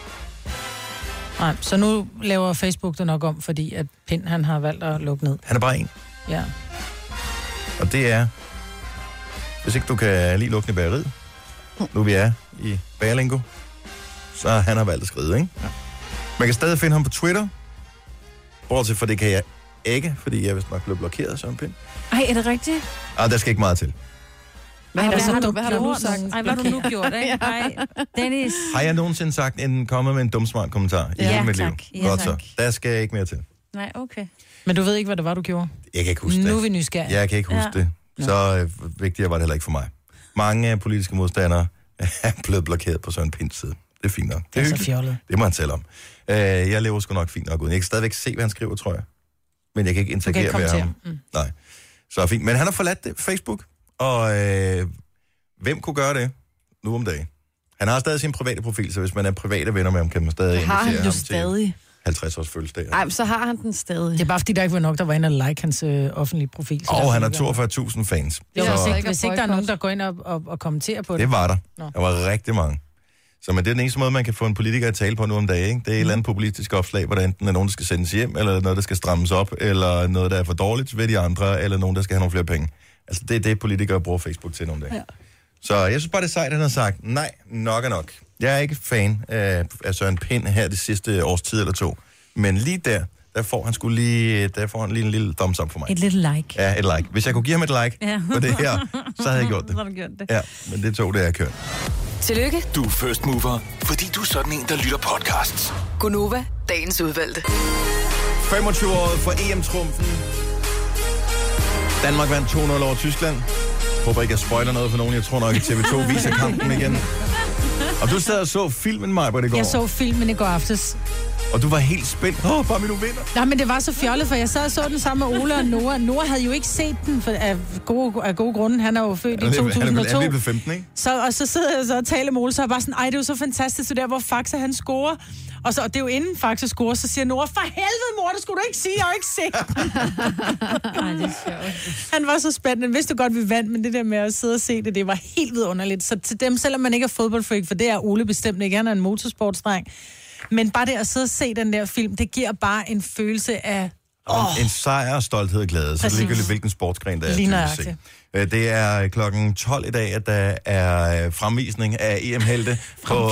Nej, så nu laver Facebook det nok om, fordi at Pind, han har valgt at lukke ned. Han er bare en. Ja. Og det er, hvis ikke du kan lige lukke i bageriet, nu vi er i Bagerlingo, så han har valgt at skride, ikke? Ja. Man kan stadig finde ham på Twitter, bortset for det kan jeg ikke, fordi jeg vist nok blev blokeret af Søren Pind. Ej, er det rigtigt? Ah, der skal ikke meget til. Hvad har, Ej, du, hvad hvad har du nu gjort? sagt? Ej, hvad har du nu gjort, ikke? Ej, Dennis. Har jeg nogensinde sagt en kommet med en dum smart kommentar i Ja, hele mit tak. liv? Ja, Godt tak. så. Der skal jeg ikke mere til. Nej, okay. Men du ved ikke, hvad det var, du gjorde? Jeg kan ikke huske det. Nu er vi nysgerrige. Jeg kan ikke huske Ja. det. Så øh, vigtigt var det heller ikke for mig. Mange øh, politiske modstandere er blevet blokeret på Søren Pinds side. Det er fint nok. Det er så hyggeligt. fjollet. Det må han tale om. Øh, jeg lever sgu nok fint nok uden. Jeg kan stadigvæk se, hvad han skriver, tror jeg. Men jeg kan ikke Du kan interagere ikke med kommentere. ham. Mm. Nej. Så er fint. Men han har forladt det, Facebook. Og øh, hvem kunne gøre det nu om dagen? Han har stadig sin private profil, så hvis man er private venner med ham, kan man stadig Det har han invitere jo ham til stadig. halvtreds års fødselsdag. Ej, så har han den stadig. Det er bare fordi, der ikke var nok, der var inde og like hans øh, offentlige profil. så Og derfor han har ikke var- toogfyrre tusind fans. Jo, Så hvis det ikke, hvis ikke der er nogen, der går ind og, og, og kommenterer på det. var der. Nå. Der var rigtig mange. Så men det er den eneste måde, man kan få en politiker at tale på nu om dagen, ikke? Det er et eller andet populistisk opslag, hvor der enten er nogen, der skal sendes hjem, eller noget, der skal strammes op, eller noget, der er for dårligt ved de andre, eller nogen, der skal have nogle flere penge. Altså, det er det, politikere bruger Facebook til nogle dage. Ja. Så jeg synes bare, det er sejt, at han har sagt, nej, nok er nok. Jeg er ikke fan af, af Søren Pind her det sidste års tid eller to. Men lige der, der får han skulle lige, der får han lige en lille thumbs up for mig. Et lille like. Ja, et like. Hvis jeg kunne give ham et like ja. på det her, så havde jeg gjort det. Så havde du gjort det. Ja, men det tog det, jeg kørt. Tillykke. Du er first mover, fordi du er sådan en, der lytter podcasts. Gunova, dagens udvalgte. femogtyve år for E M-trumfen. Danmark vandt to nul over Tyskland. Håber ikke, jeg spoiler noget for nogen. Jeg tror nok, at T V to viser kampen igen. Og du sad og så filmen, Maja, på det går. Jeg så filmen i går aftes. Og du var helt spændt. Åh, oh, bare nu vinder. Nej, men det var så fjollet, for jeg sad og så den sammen med Ole og Nora. Nora havde jo ikke set den for, af, gode, af gode grunde. Han er jo født i to tusind og to. Han er blevet femten, ikke? Så, og så sidder jeg så og taler med Ole, så er jeg bare sådan, ej, det er jo så fantastisk, det der, hvor Faxe han scorer. Og, så, og det er jo inden Faxe scorer, så siger Nora, for helvede, mor, det skulle du ikke sige, jeg har ikke set den. Ej, det er sjovt. Han var så spændende. Han vidste godt, vi vandt, men det der med at sidde og se det, det var helt vidunderligt. Så til dem, selvom man ikke er fodboldfreak, for det er Ole bestemt ikke, han er en motorsportsdreng. Men bare det at sidde og se den der film, det giver bare en følelse af... Oh. En sejr, stolthed og glæde. Så det ligger lidt, hvilken sportsgren der er til at se. Det er klokken tolv i dag, at der er fremvisning af E M-helte på,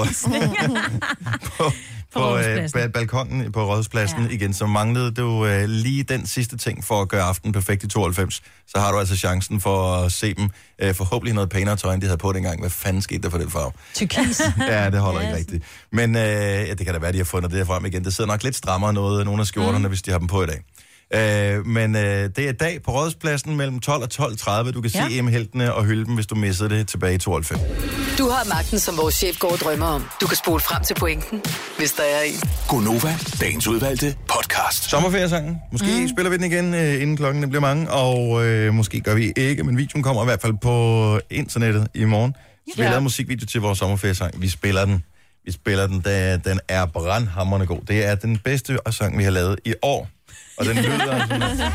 på, på, på øh, balkongen på Rådhuspladsen. Ja. Igen, så manglede du øh, lige den sidste ting for at gøre aftenen perfekt i tooghalvfems. Så har du altså chancen for at se dem. Øh, forhåbentlig noget pænere tøj, end de havde på dengang. Hvad fanden skete der for den farve? Tyrkis. Ja, det holder yes. ikke rigtigt. Men øh, ja, det kan da være, de har fundet det her frem igen. Det sidder nok lidt strammere noget, nogle af skjorterne, mm. hvis de har dem på i dag. Øh, men øh, det er i dag på Rådhuspladsen mellem tolv og tolv tredive. Du kan ja. se E M-heltene og hylde dem, hvis du missede det tilbage i tooghalvfems. Du har magten, som vores chef går og drømmer om. Du kan spole frem til pointen, hvis der er en. Gunova, dagens udvalgte podcast. Sommerferiesangen. Måske mm. spiller vi den igen, øh, inden klokken bliver mange. Og øh, måske gør vi ikke, men videoen kommer i hvert fald på internettet i morgen. Så vi har lavet musikvideo til vores sommerferiesang. Vi spiller den. Vi spiller den, da den er brandhamrende god. Det er den bedste sang, vi har lavet i år. Og den lyder sådan her.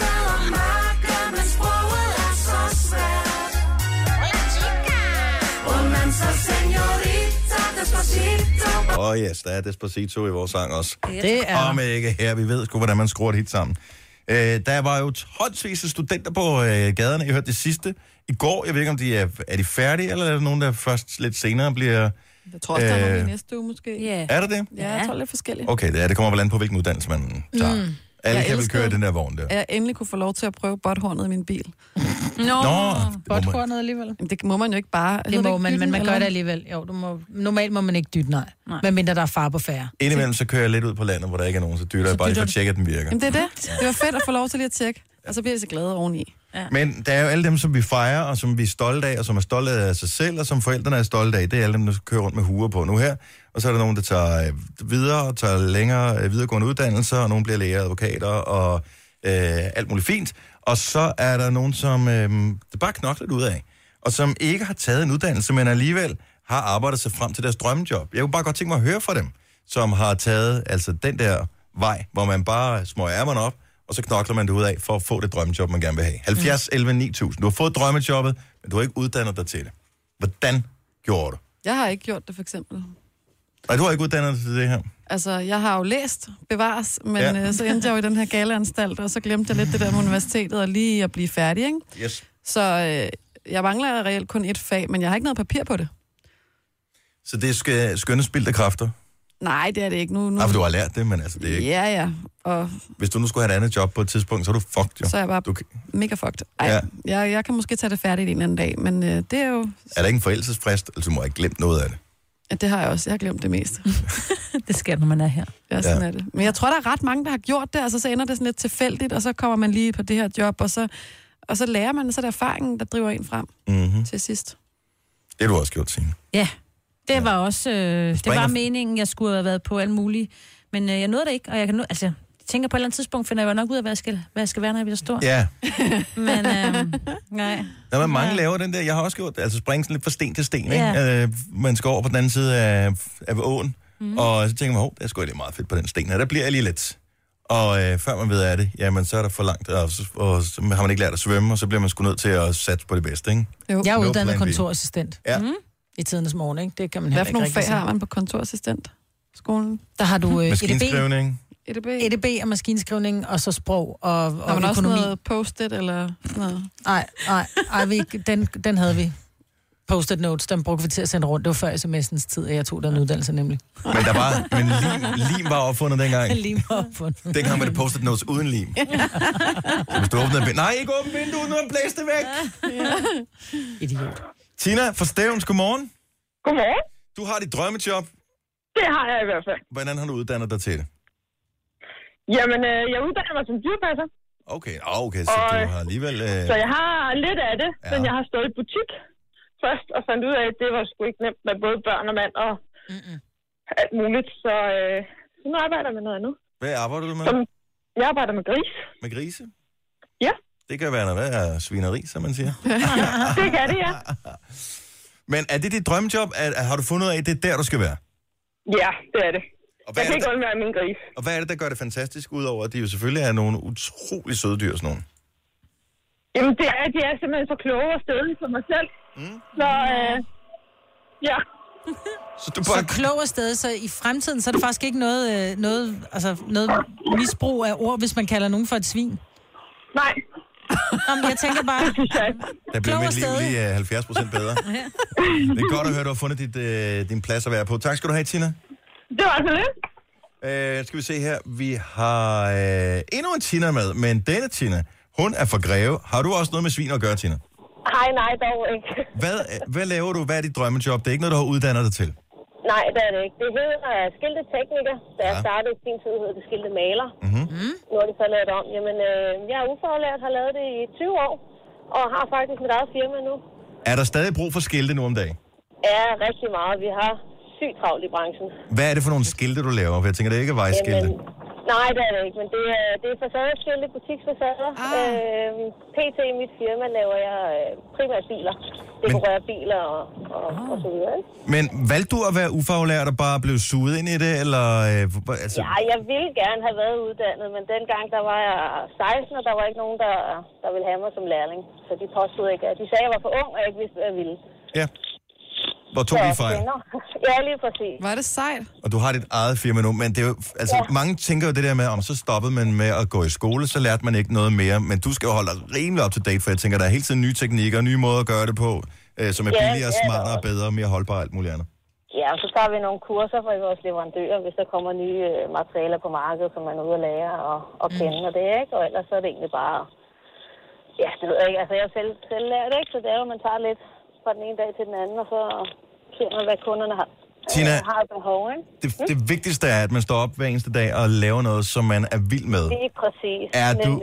Åh oh yes, der er Despacito i vores sang også. Det er. Om ikke her, vi ved sgu, hvordan man skruer et hit sammen. Øh, der var jo tonsvis af studenter på øh, gaderne. Jeg hørte det sidste i går. Jeg ved ikke, om de er, er de færdige, eller er der nogen, der først lidt senere bliver... Jeg tror også, der er nogen i næste uge, måske. Yeah. Er der det? Ja, jeg tror lidt forskelligt. Okay, det, er, det kommer vel an på, hvilken uddannelse man tager. Mm. Alle jeg kan vel køre den der vogn der. Jeg endelig kunne få lov til at prøve botthornet i min bil. Nå, Nå botthornet alligevel. Det må man jo ikke bare... Det må man, men man gør det alligevel. Jo, du må, normalt må man ikke dytte, nej. nej. Medmindre der er far på færre. Indimellem så kører jeg lidt ud på landet, hvor der ikke er nogen, så dytter jeg bare lige for at tjekke, at den virker. Jamen det er det. Det var fedt at få lov til lige at tjekke. Og så bliver jeg så glad oveni. Ja. Men der er jo alle dem, som vi fejrer, og som vi er stolte af, og som er stolte af sig selv, og som forældrene er stolte af. Det er alle dem, der kører rundt med huer på nu her. Og så er der nogen, der tager videre og tager længere videregående uddannelser, og nogen bliver læger, advokater og øh, alt muligt fint. Og så er der nogen, som øh, det bare knokler lidt ud af, og som ikke har taget en uddannelse, men alligevel har arbejdet sig frem til deres drømmejob. Jeg kunne bare godt tænke mig at høre fra dem, som har taget altså den der vej, hvor man bare smøger ærmerne op, og så knokler man det ud af for at få det drømmejob, man gerne vil have. halvfjerds elleve ni tusind. Du har fået drømmejobbet, men du har ikke uddannet dig til det. Hvordan gjorde du? Jeg har ikke gjort det, for eksempel. Nej, du har ikke uddannet dig til det her? Altså, jeg har jo læst bevares, men ja. øh, så endte jeg jo i den her galeanstalt, og så glemte jeg lidt det der med universitetet, og lige at blive færdig, ikke? Yes. Så øh, jeg mangler reelt kun et fag, men jeg har ikke noget papir på det. Så det er skønne spildte kræfter? Nej, det er det ikke. Nu, nu... Nej, for du har lært det, men altså det er ikke... Ja, ja. Og... Hvis du nu skulle have et andet job på et tidspunkt, så er du fucked, jo. Så er jeg bare du... mega fucked. Ej, ja. jeg, jeg kan måske tage det færdigt en anden dag, men øh, det er jo... Er der ikke en forældelsesfrist? Altså, du må have glemt noget af det. Ja, det har jeg også. Jeg har glemt det meste. Det sker, når man er her. Ja, sådan ja. er det. Men jeg tror, der er ret mange, der har gjort det, altså så ender det sådan lidt tilfældigt, og så kommer man lige på det her job, og så, og så lærer man, så er det erfaringen, der driver en frem mm-hmm. til sidst. Det har du også gjort, Signe. Ja, det ja. var også... Øh, det var meningen, jeg skulle have været på alt muligt. Men øh, jeg nåede det ikke, og jeg kan nu... Altså, jeg tænker på et eller andet tidspunkt, finder jeg jo nok ud af, hvad jeg skal, hvad jeg skal være, når jeg bliver stor. Ja. Men øh, nej. Der var mange, ja. laver den der. Jeg har også gjort det. Altså springe sådan lidt fra sten til sten, ja. ikke? Øh, man skal over på den anden side af, af åen. Mm. Og så tænker man, hov, det er sgu egentlig meget fedt på den sten her. Der bliver jeg lige lidt. Og øh, før man ved af det, jamen så er der for langt, og så, og så har man ikke lært at svømme, og så bliver man sgu nødt til at satse på det bedste, ikke? Jo. Jeg er uddannet kontorassistent. Ja. Mm. i tidens morgen, ikke? Det kan man Hvad heller for ikke nogle rigtig fag har sige. man på kontorassistentskolen? Der har du øh, Maskinskrivning. E D B. E D B og maskinskrivning, og så sprog og, og Har man økonomi. også noget post-it eller sådan noget? Nej, nej, ej, vi, den, den havde vi. Post-it notes, den brugte vi til at sende rundt. Det var før sms'ens tid, at jeg tog den uddannelse nemlig. Men der var, men lim, lim var opfundet dengang. Lim var opfundet. Dengang var det post-it notes uden lim. Så hvis du åbnede vinduet... Nej, ikke åbne vinduet, nu er blæst det væk. Idiot. Tina fra Stævns, godmorgen. Godmorgen. Du har dit drømmejob. Det har jeg i hvert fald. Hvordan har du uddannet dig til det? Jamen, øh, jeg uddanner mig som dyrepasser. Okay, okay, så Og, du har alligevel... Øh... Så jeg har lidt af det, ja. Men jeg har stået i butik først, og fandt ud af, at det var sgu ikke nemt med både børn og mand og Mm-mm. alt muligt. Så øh, nu arbejder jeg med noget andet. Hvad arbejder du med? Som, jeg arbejder med gris. Med grise? Ja. Det kan være noget hvad svineri, som man siger. Det kan det, ja. Men er det dit drømmejob? Er, har du fundet ud af, at det er der, du skal være? Ja, det er det. Og jeg kan ikke undvære min gris. Og hvad er det, der gør det fantastisk, udover at de jo selvfølgelig er nogle utrolig søde dyr, sådan nogle? Jamen, det er, de er simpelthen så kloge og stødige for mig selv. Mm. Så, øh, ja. Så, du bare... så klog af sted, så i fremtiden, så er det faktisk ikke noget, øh, noget, altså, noget misbrug af ord, hvis man kalder nogen for et svin. Nej. Jamen, jeg tænker bare... Der bliver mit liv lige uh, halvfjerds procent bedre. Det er godt at høre, at du har fundet dit, uh, din plads at være på. Tak skal du have, Tina. Det var altså lidt. Uh, skal vi se her. Vi har uh, endnu en Tina med, men denne Tina, hun er fra Greve. Har du også noget med svin at gøre, Tina? Nej, nej, dog ikke. Hvad, hvad laver du? Hvad er dit drømmejob? Det er ikke noget, du har uddannet dig til. Nej, det er det ikke. Det hedder skiltetekniker. Da jeg startede i sin tid, hed det skiltemaler. Mm-hmm. Mm. Nu har de så lavet om. Jamen, øh, jeg er ufaglært, har lavet det i tyve år, og har faktisk mit eget firma nu. Er der stadig brug for skilte nu om dagen? Ja, rigtig meget. Vi har sygt travlt i branchen. Hvad er det for nogle skilte, du laver? For jeg tænker, det er ikke vejskilte. Jamen, nej, det er det ikke, men det er, det er facadeskilte, butiksfacader. Ah. Øh, P T i mit firma laver jeg øh, primært biler. Dekorerer biler og, og, ah. og så videre. Men valgte du at være ufaglært og bare blev suget ind i det, eller... Øh, altså... Ja, jeg ville gerne have været uddannet, men dengang der var jeg seksten, og der var ikke nogen, der, der ville have mig som lærling. Så de påstod ikke, at de sagde, at jeg var for ung, og jeg ikke vidste, hvad jeg ville. Ja. Hvor tog vi fejl? Ja, lige præcis. Var det sejt? Og du har dit eget firma nu, men det er jo, altså, ja. mange tænker jo det der med, om så stoppede man med at gå i skole, så lærte man ikke noget mere, men du skal jo holde dig rimelig up to date, for jeg tænker, der er hele tiden nye teknikker, nye måder at gøre det på, øh, som er ja, billigere, smartere, bedre, mere holdbare og alt muligt andet. Ja, og så tager vi nogle kurser for vores leverandører, hvis der kommer nye øh, materialer på markedet, som man er ude at lære og, og kende, mm. og det ikke, og ellers så er det egentlig bare, ja, det ved jeg ikke, altså jeg er selv, selv lært, ikke, så det er jo, man tager lidt fra den ene dag til den anden, og så ser man, hvad kunderne har. Tina, har et behov, ikke? Det, mm? det vigtigste er, at man står op hver eneste dag og laver noget, som man er vild med. Det er præcis. Er du,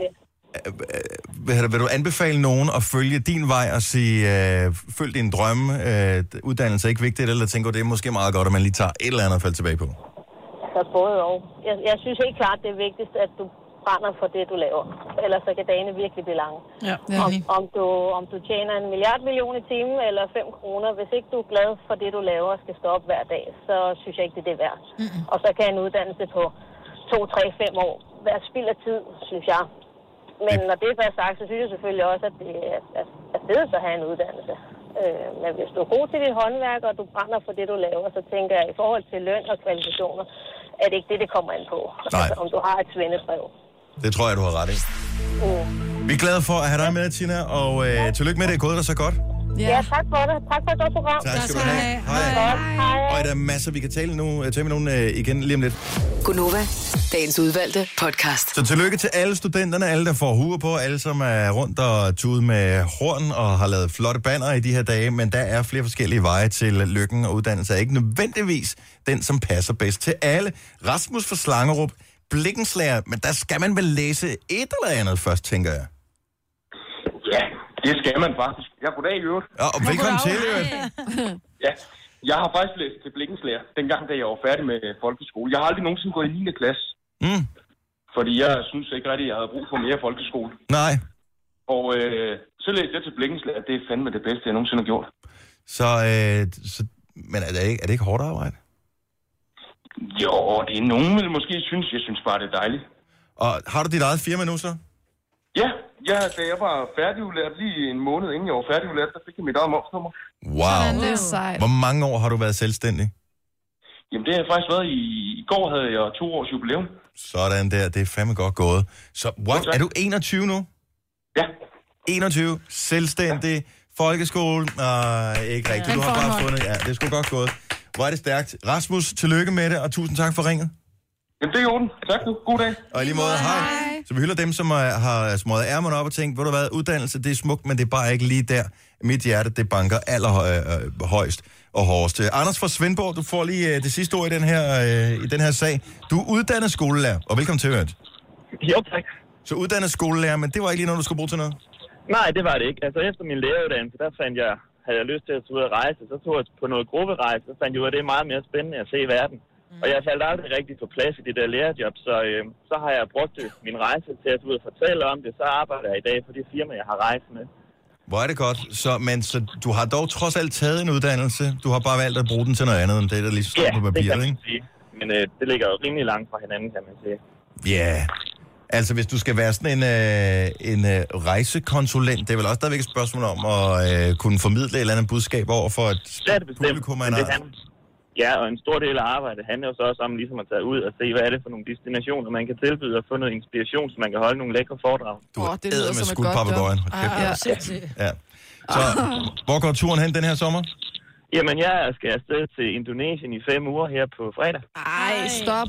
øh, vil du anbefale nogen at følge din vej og sige, øh, følg din drømme, øh, uddannelse er ikke vigtigt, eller tænker du, det er måske meget godt, at man lige tager et eller andet at falde tilbage på? Altså både og. Jeg, jeg synes helt klart, det er vigtigst, at du brænder for det, du laver. Ellers så kan dagene virkelig blive lange. Ja, om, om, du, om du tjener en milliard million i timen eller fem kroner, hvis ikke du er glad for det, du laver og skal stå op hver dag, så synes jeg ikke, det er det værd. Mm-hmm. Og så kan en uddannelse på to, tre, fem år være spild af tid, synes jeg. Men når det er sagt, så synes jeg selvfølgelig også, at det er, er fedt at have en uddannelse. Øh, men hvis du er god til dit håndværk, og du brænder for det, du laver, så tænker jeg, i forhold til løn og kvalifikationer, er det ikke det, det kommer ind på. Altså, om du har et svendebrev. Det tror jeg, du har ret i. Mm. Vi er glade for at have dig med, Tina, og øh, ja. tillykke med, det er gået dig så godt. Ja. ja, tak for det. Tak for et godt program. Tak skal du have. Hej. Hej. Hej. Og der er masser, vi kan tale nu, til med nogen øh, igen lige om lidt. Gunova, dagens udvalgte podcast. Så tillykke til alle studenterne, alle der får huer på, alle som er rundt og tude med horn og har lavet flotte banner i de her dage, men der er flere forskellige veje til lykken, og uddannelse er ikke nødvendigvis den, som passer bedst til alle. Rasmus fra Slangerup, blikkenslager, men der skal man vel læse et eller andet først, tænker jeg. Ja, det skal man faktisk. Ja, goddag i øvrigt. Ja, og velkommen til, øvrigt. Ja, jeg har faktisk læst til blikkenslager, dengang, da jeg var færdig med folkeskole. Jeg har aldrig nogensinde gået i niende klasse. Mm. Fordi jeg synes ikke rigtig, at jeg havde brug for mere folkeskole. Nej. Og øh, så læste jeg til blikkenslager. Det er fandme det bedste, jeg nogensinde har gjort. Så, øh, så men er det, ikke, er det ikke hårdt arbejde? Jo, det er nogen, vil måske synes. Jeg synes bare, det er dejligt. Og har du dit eget firma nu så? Ja, Ja, da jeg var færdigudlært, lige en måned inden jeg var færdigudlært, så fik jeg mit eget momsnummer. Wow. Det er sejt. Hvor mange år har du været selvstændig? Jamen, det har faktisk været i... I går havde jeg to års jubilæum. Sådan der, det er fandme godt gået. Så what, er du enogtyve nu? Ja. enogtyve, selvstændig, folkeskole. Nej, ikke rigtigt. Du har bare fundet... Ja, det er sgu godt gået. Hvor er det stærkt. Rasmus, tillykke med det, og tusind tak for ringet. Jamen, det er i orden. Tak nu. God dag. Og i lige måde, hej. Så vi hylder dem, som er, har smået ærmerne op og tænkt, ved du hvad, uddannelse, det er smukt, men det er bare ikke lige der. Mit hjerte, det banker allerhøjst og hårdest. Anders fra Svendborg, du får lige uh, det sidste ord i den her, uh, i den her sag. Du er uddannet skolelærer, og velkommen til hørt. Jo, tak. Så uddannet skolelærer, men det var ikke lige noget, du skulle bruge til noget? Nej, det var det ikke. Altså efter min læreruddannelse, der fandt jeg, havde jeg lyst til at tage ud og rejse, så tog jeg på noget grupperejse, så fandt jeg ud af, at det er meget mere spændende at se verden. Og jeg faldt aldrig rigtig på plads i det der lærerjob, så, øh, så har jeg brugt min rejse til at ud og fortælle om det. Så arbejder jeg i dag for det firma, jeg har rejst med. Hvor er det godt. Så, men så, du har dog trods alt taget en uddannelse. Du har bare valgt at bruge den til noget andet, end det, der lige står ja, på papiret, det kan man ikke? sige. Men øh, det ligger jo rimelig langt fra hinanden, kan man sige. Ja, yeah. Altså hvis du skal være sådan en, øh, en øh, rejsekonsulent, det er vel også stadigvæk et spørgsmål om at øh, kunne formidle et eller andet budskab over for et publikum, man har. Ja, og en stor del af arbejdet handler jo så også om ligesom at tage ud og se, hvad er det for nogle destinationer, man kan tilbyde, og få noget inspiration, så man kan holde nogle lækre foredrag. Du er oh, æder med skuldpapegøjen. Ja, ja. Ja. Så, hvor går turen hen den her sommer? Jamen, jeg skal afsted til Indonesien i fem uger her på fredag. Ej, stop.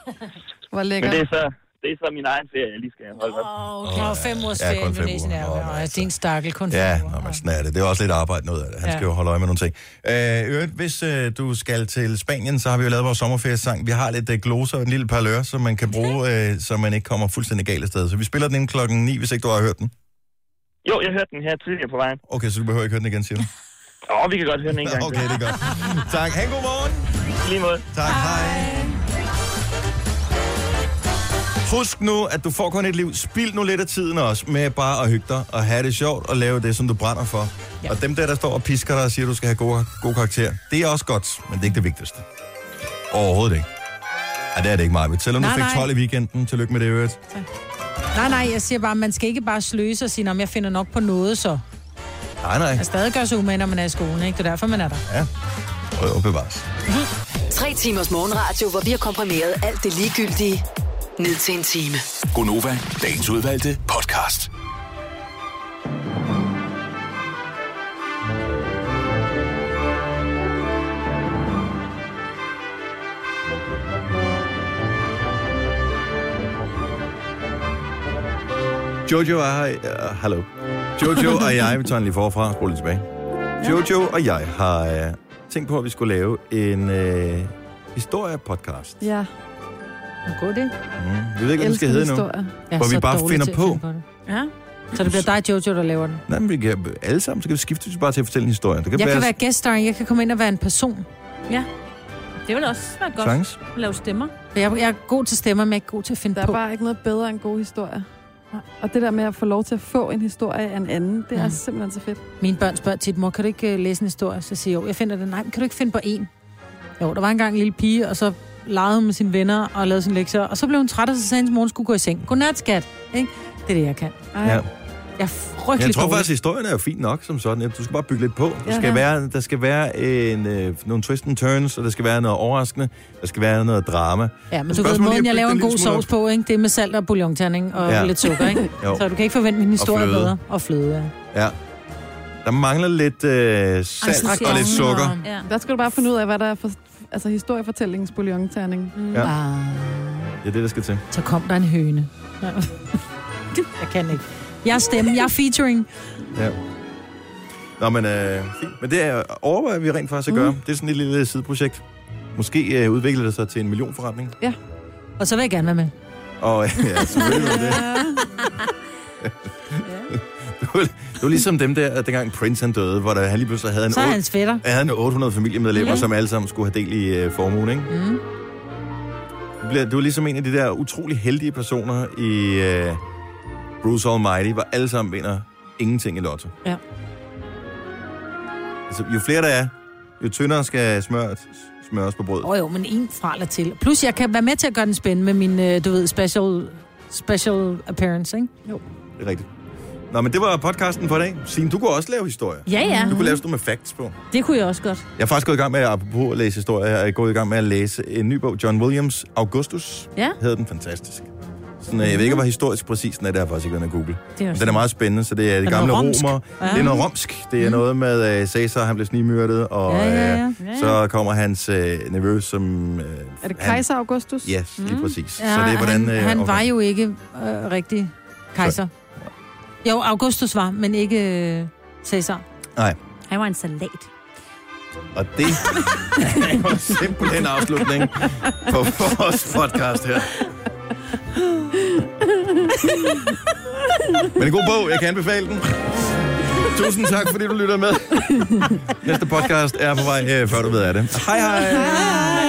Hvor lækkert. Men det er så... Det er så min egen ferie, jeg lige skal holde op. Åh, okay. Og fem ugers ferie i Indonesien er jo, og din stakkel kun fem Ja, uger. nå, men sådan er det. Det er også lidt arbejde noget af det. Han skal Ja. jo holde øje med nogle ting. Øh, øvrigt, hvis øh, du skal til Spanien, så har vi jo lavet vores sommerferiesang. Vi har lidt øh, gloser og en lille parlør, som man kan bruge, øh, så man ikke kommer fuldstændig galt af sted. Så vi spiller den ind klokken ni, hvis ikke du har hørt den. Jo, jeg hørte den her tidligere på vejen. Okay, så du behøver ikke høre den igen, siger du? Åh, oh, vi kan godt høre den en gang. Okay, det er godt. Tak. Ha' en god morgen. Lige måde. Tak, hej. Husk nu, at du får kun et liv. Spil nu lidt af tiden også med bare at hygge dig og have det sjovt og lave det, som du brænder for. Ja. Og dem der, der står og pisker dig og siger, at du skal have gode, gode karakterer, det er også godt, men det er ikke det vigtigste. Overhovedet ikke. Ja, det er det ikke meget. Selvom du Nej, fik nej. tolv i weekenden, tillykke med det, øvrigt. Nej, nej, jeg siger bare, man skal ikke bare sløse og sige, om jeg finder nok på noget, så. Nej, nej. Jeg stadig gør sig umage, når man er i skolen, ikke? Det er derfor, man er der. Ja, og, og bevares. Tre timers morgenradio, hvor vi har komprimeret alt det ligegyldige ned til en time. Gonova, dagens udvalgte podcast. Jojo og jeg... Uh, hallo. Jojo og jeg, vi tager den lige forfra, skru lidt tilbage. Jojo og jeg har uh, tænkt på, at vi skulle lave en uh, historiepodcast. Ja. God det. Mm. Vi ved ikke, hvad den skal hedde nu. Ja, hvor vi så bare dårlig finder til at på. finde på det. Ja. Så det bliver dig, Jojo, der laver den. Nej, men vi kan alle sammen, så kan vi skifte bare til at fortælle en historie. Det kan Jeg være kan være gæststarring, jeg kan komme ind og være en person. Ja. Det vil også være godt Chance. at lave stemmer. Jeg, jeg er god til stemmer, men jeg er ikke god til at finde Der er på. bare ikke noget bedre end gode historier. Og det der med at få lov til at få en historie af en anden, det er Mm. simpelthen så fedt. Mine børn spørger tit, mor, kan du ikke uh, læse en historie? Så siger jeg, jo, jeg finder det. Nej, men kan du ikke finde på en? Jo, der var engang en lille pige, og så legede hun med sine venner og lavede sine lektier. Og så blev hun træt, og så sagde hendes mor, hun skulle gå i seng. Godnat, skat. Ikke? Det er det, jeg kan. Ja. Jeg er frygtelig Jeg tror dårlig. faktisk, at historien er jo fint nok som sådan. Du skal bare bygge lidt på. Der Ja. skal være, der skal være en, øh, nogle twist and turns, og der skal være noget overraskende. Der skal være noget drama. Ja, men Og du ved, spørgsmålet måden, er jeg at laver bygge en det god lille smule sovs på, ikke? Det er med salt og bouillonterning og Ja. ja. lidt sukker, ikke? Jo. Så du kan ikke forvente min historie fløde. bedre. Og fløde, ja. Ja. Der mangler lidt øh, salt og lidt sukker. Ja. Der skal du bare finde ud af, hvad der er for altså, historiefortællingens bouillonterning. Mm. Ja. Ah, Det er det, der skal til. så kom der en høne. Ja. Jeg kan ikke. Jeg er stemme, jeg er featuring. Ja. Nå, men øh, fint. Men det er overvejer vi rent faktisk at gøre. Det er sådan et lille sideprojekt. Måske øh, udvikler det sig til en millionforretning. Ja. Og så vil jeg gerne være med. Og ja, selvfølgelig var det. Det var, det var ligesom dem der, dengang Prince han døde, hvor der, han lige pludselig havde en, Så er hans fætter. havde en otte hundrede familiemedlemmer, Ja. som alle sammen skulle have del i uh, formuen, ikke? Mm. Du, bliver, du er ligesom en af de der utrolig heldige personer i uh, Bruce Almighty, hvor alle sammen vinder ingenting i lotto. Ja. Altså, jo flere der er, jo tyndere skal smøres, smøres på brød. Åh oh, jo, men en fra eller til. Plus, jeg kan være med til at gøre den spændende med min, øh, du ved, special, special appearance, ikke? Jo. Det er rigtigt. Nå, men det var podcasten for i dag. Signe, du kunne også lave historier. Ja, ja. Du kunne lave sådan med facts på. Det kunne jeg også godt. Jeg er faktisk gået i gang med, apropos at læse historier, jeg er gået i gang med at læse en ny bog, John Williams, Augustus. Ja. Hedder den fantastisk. Sådan, jeg ved ikke, hvor historisk præcis den er, der har faktisk ikke været at google. Det er den er meget spændende, så det er de er gamle romsk. romer. Ja. Det er noget romsk. Det er mm. noget med uh, Caesar, han blev snigmyrdet, og Ja, ja, ja. uh, Ja, ja. så kommer hans uh, nevø, som... Uh, Er det kejser Augustus? Ja, yes, lige præcis. Ja, så det er, hvordan... han, Uh, han okay. var jo ikke øh, rigtig kejser. Jo, Augustus var, men ikke øh, Caesar. Nej. Han var en salat. Og det er jo simpelthen afslutning på vores podcast her. Men en god bog, jeg kan anbefale den. Tusind tak, fordi du lytter med. Næste podcast er på vej, før du ved af det. Hej hej! Hej.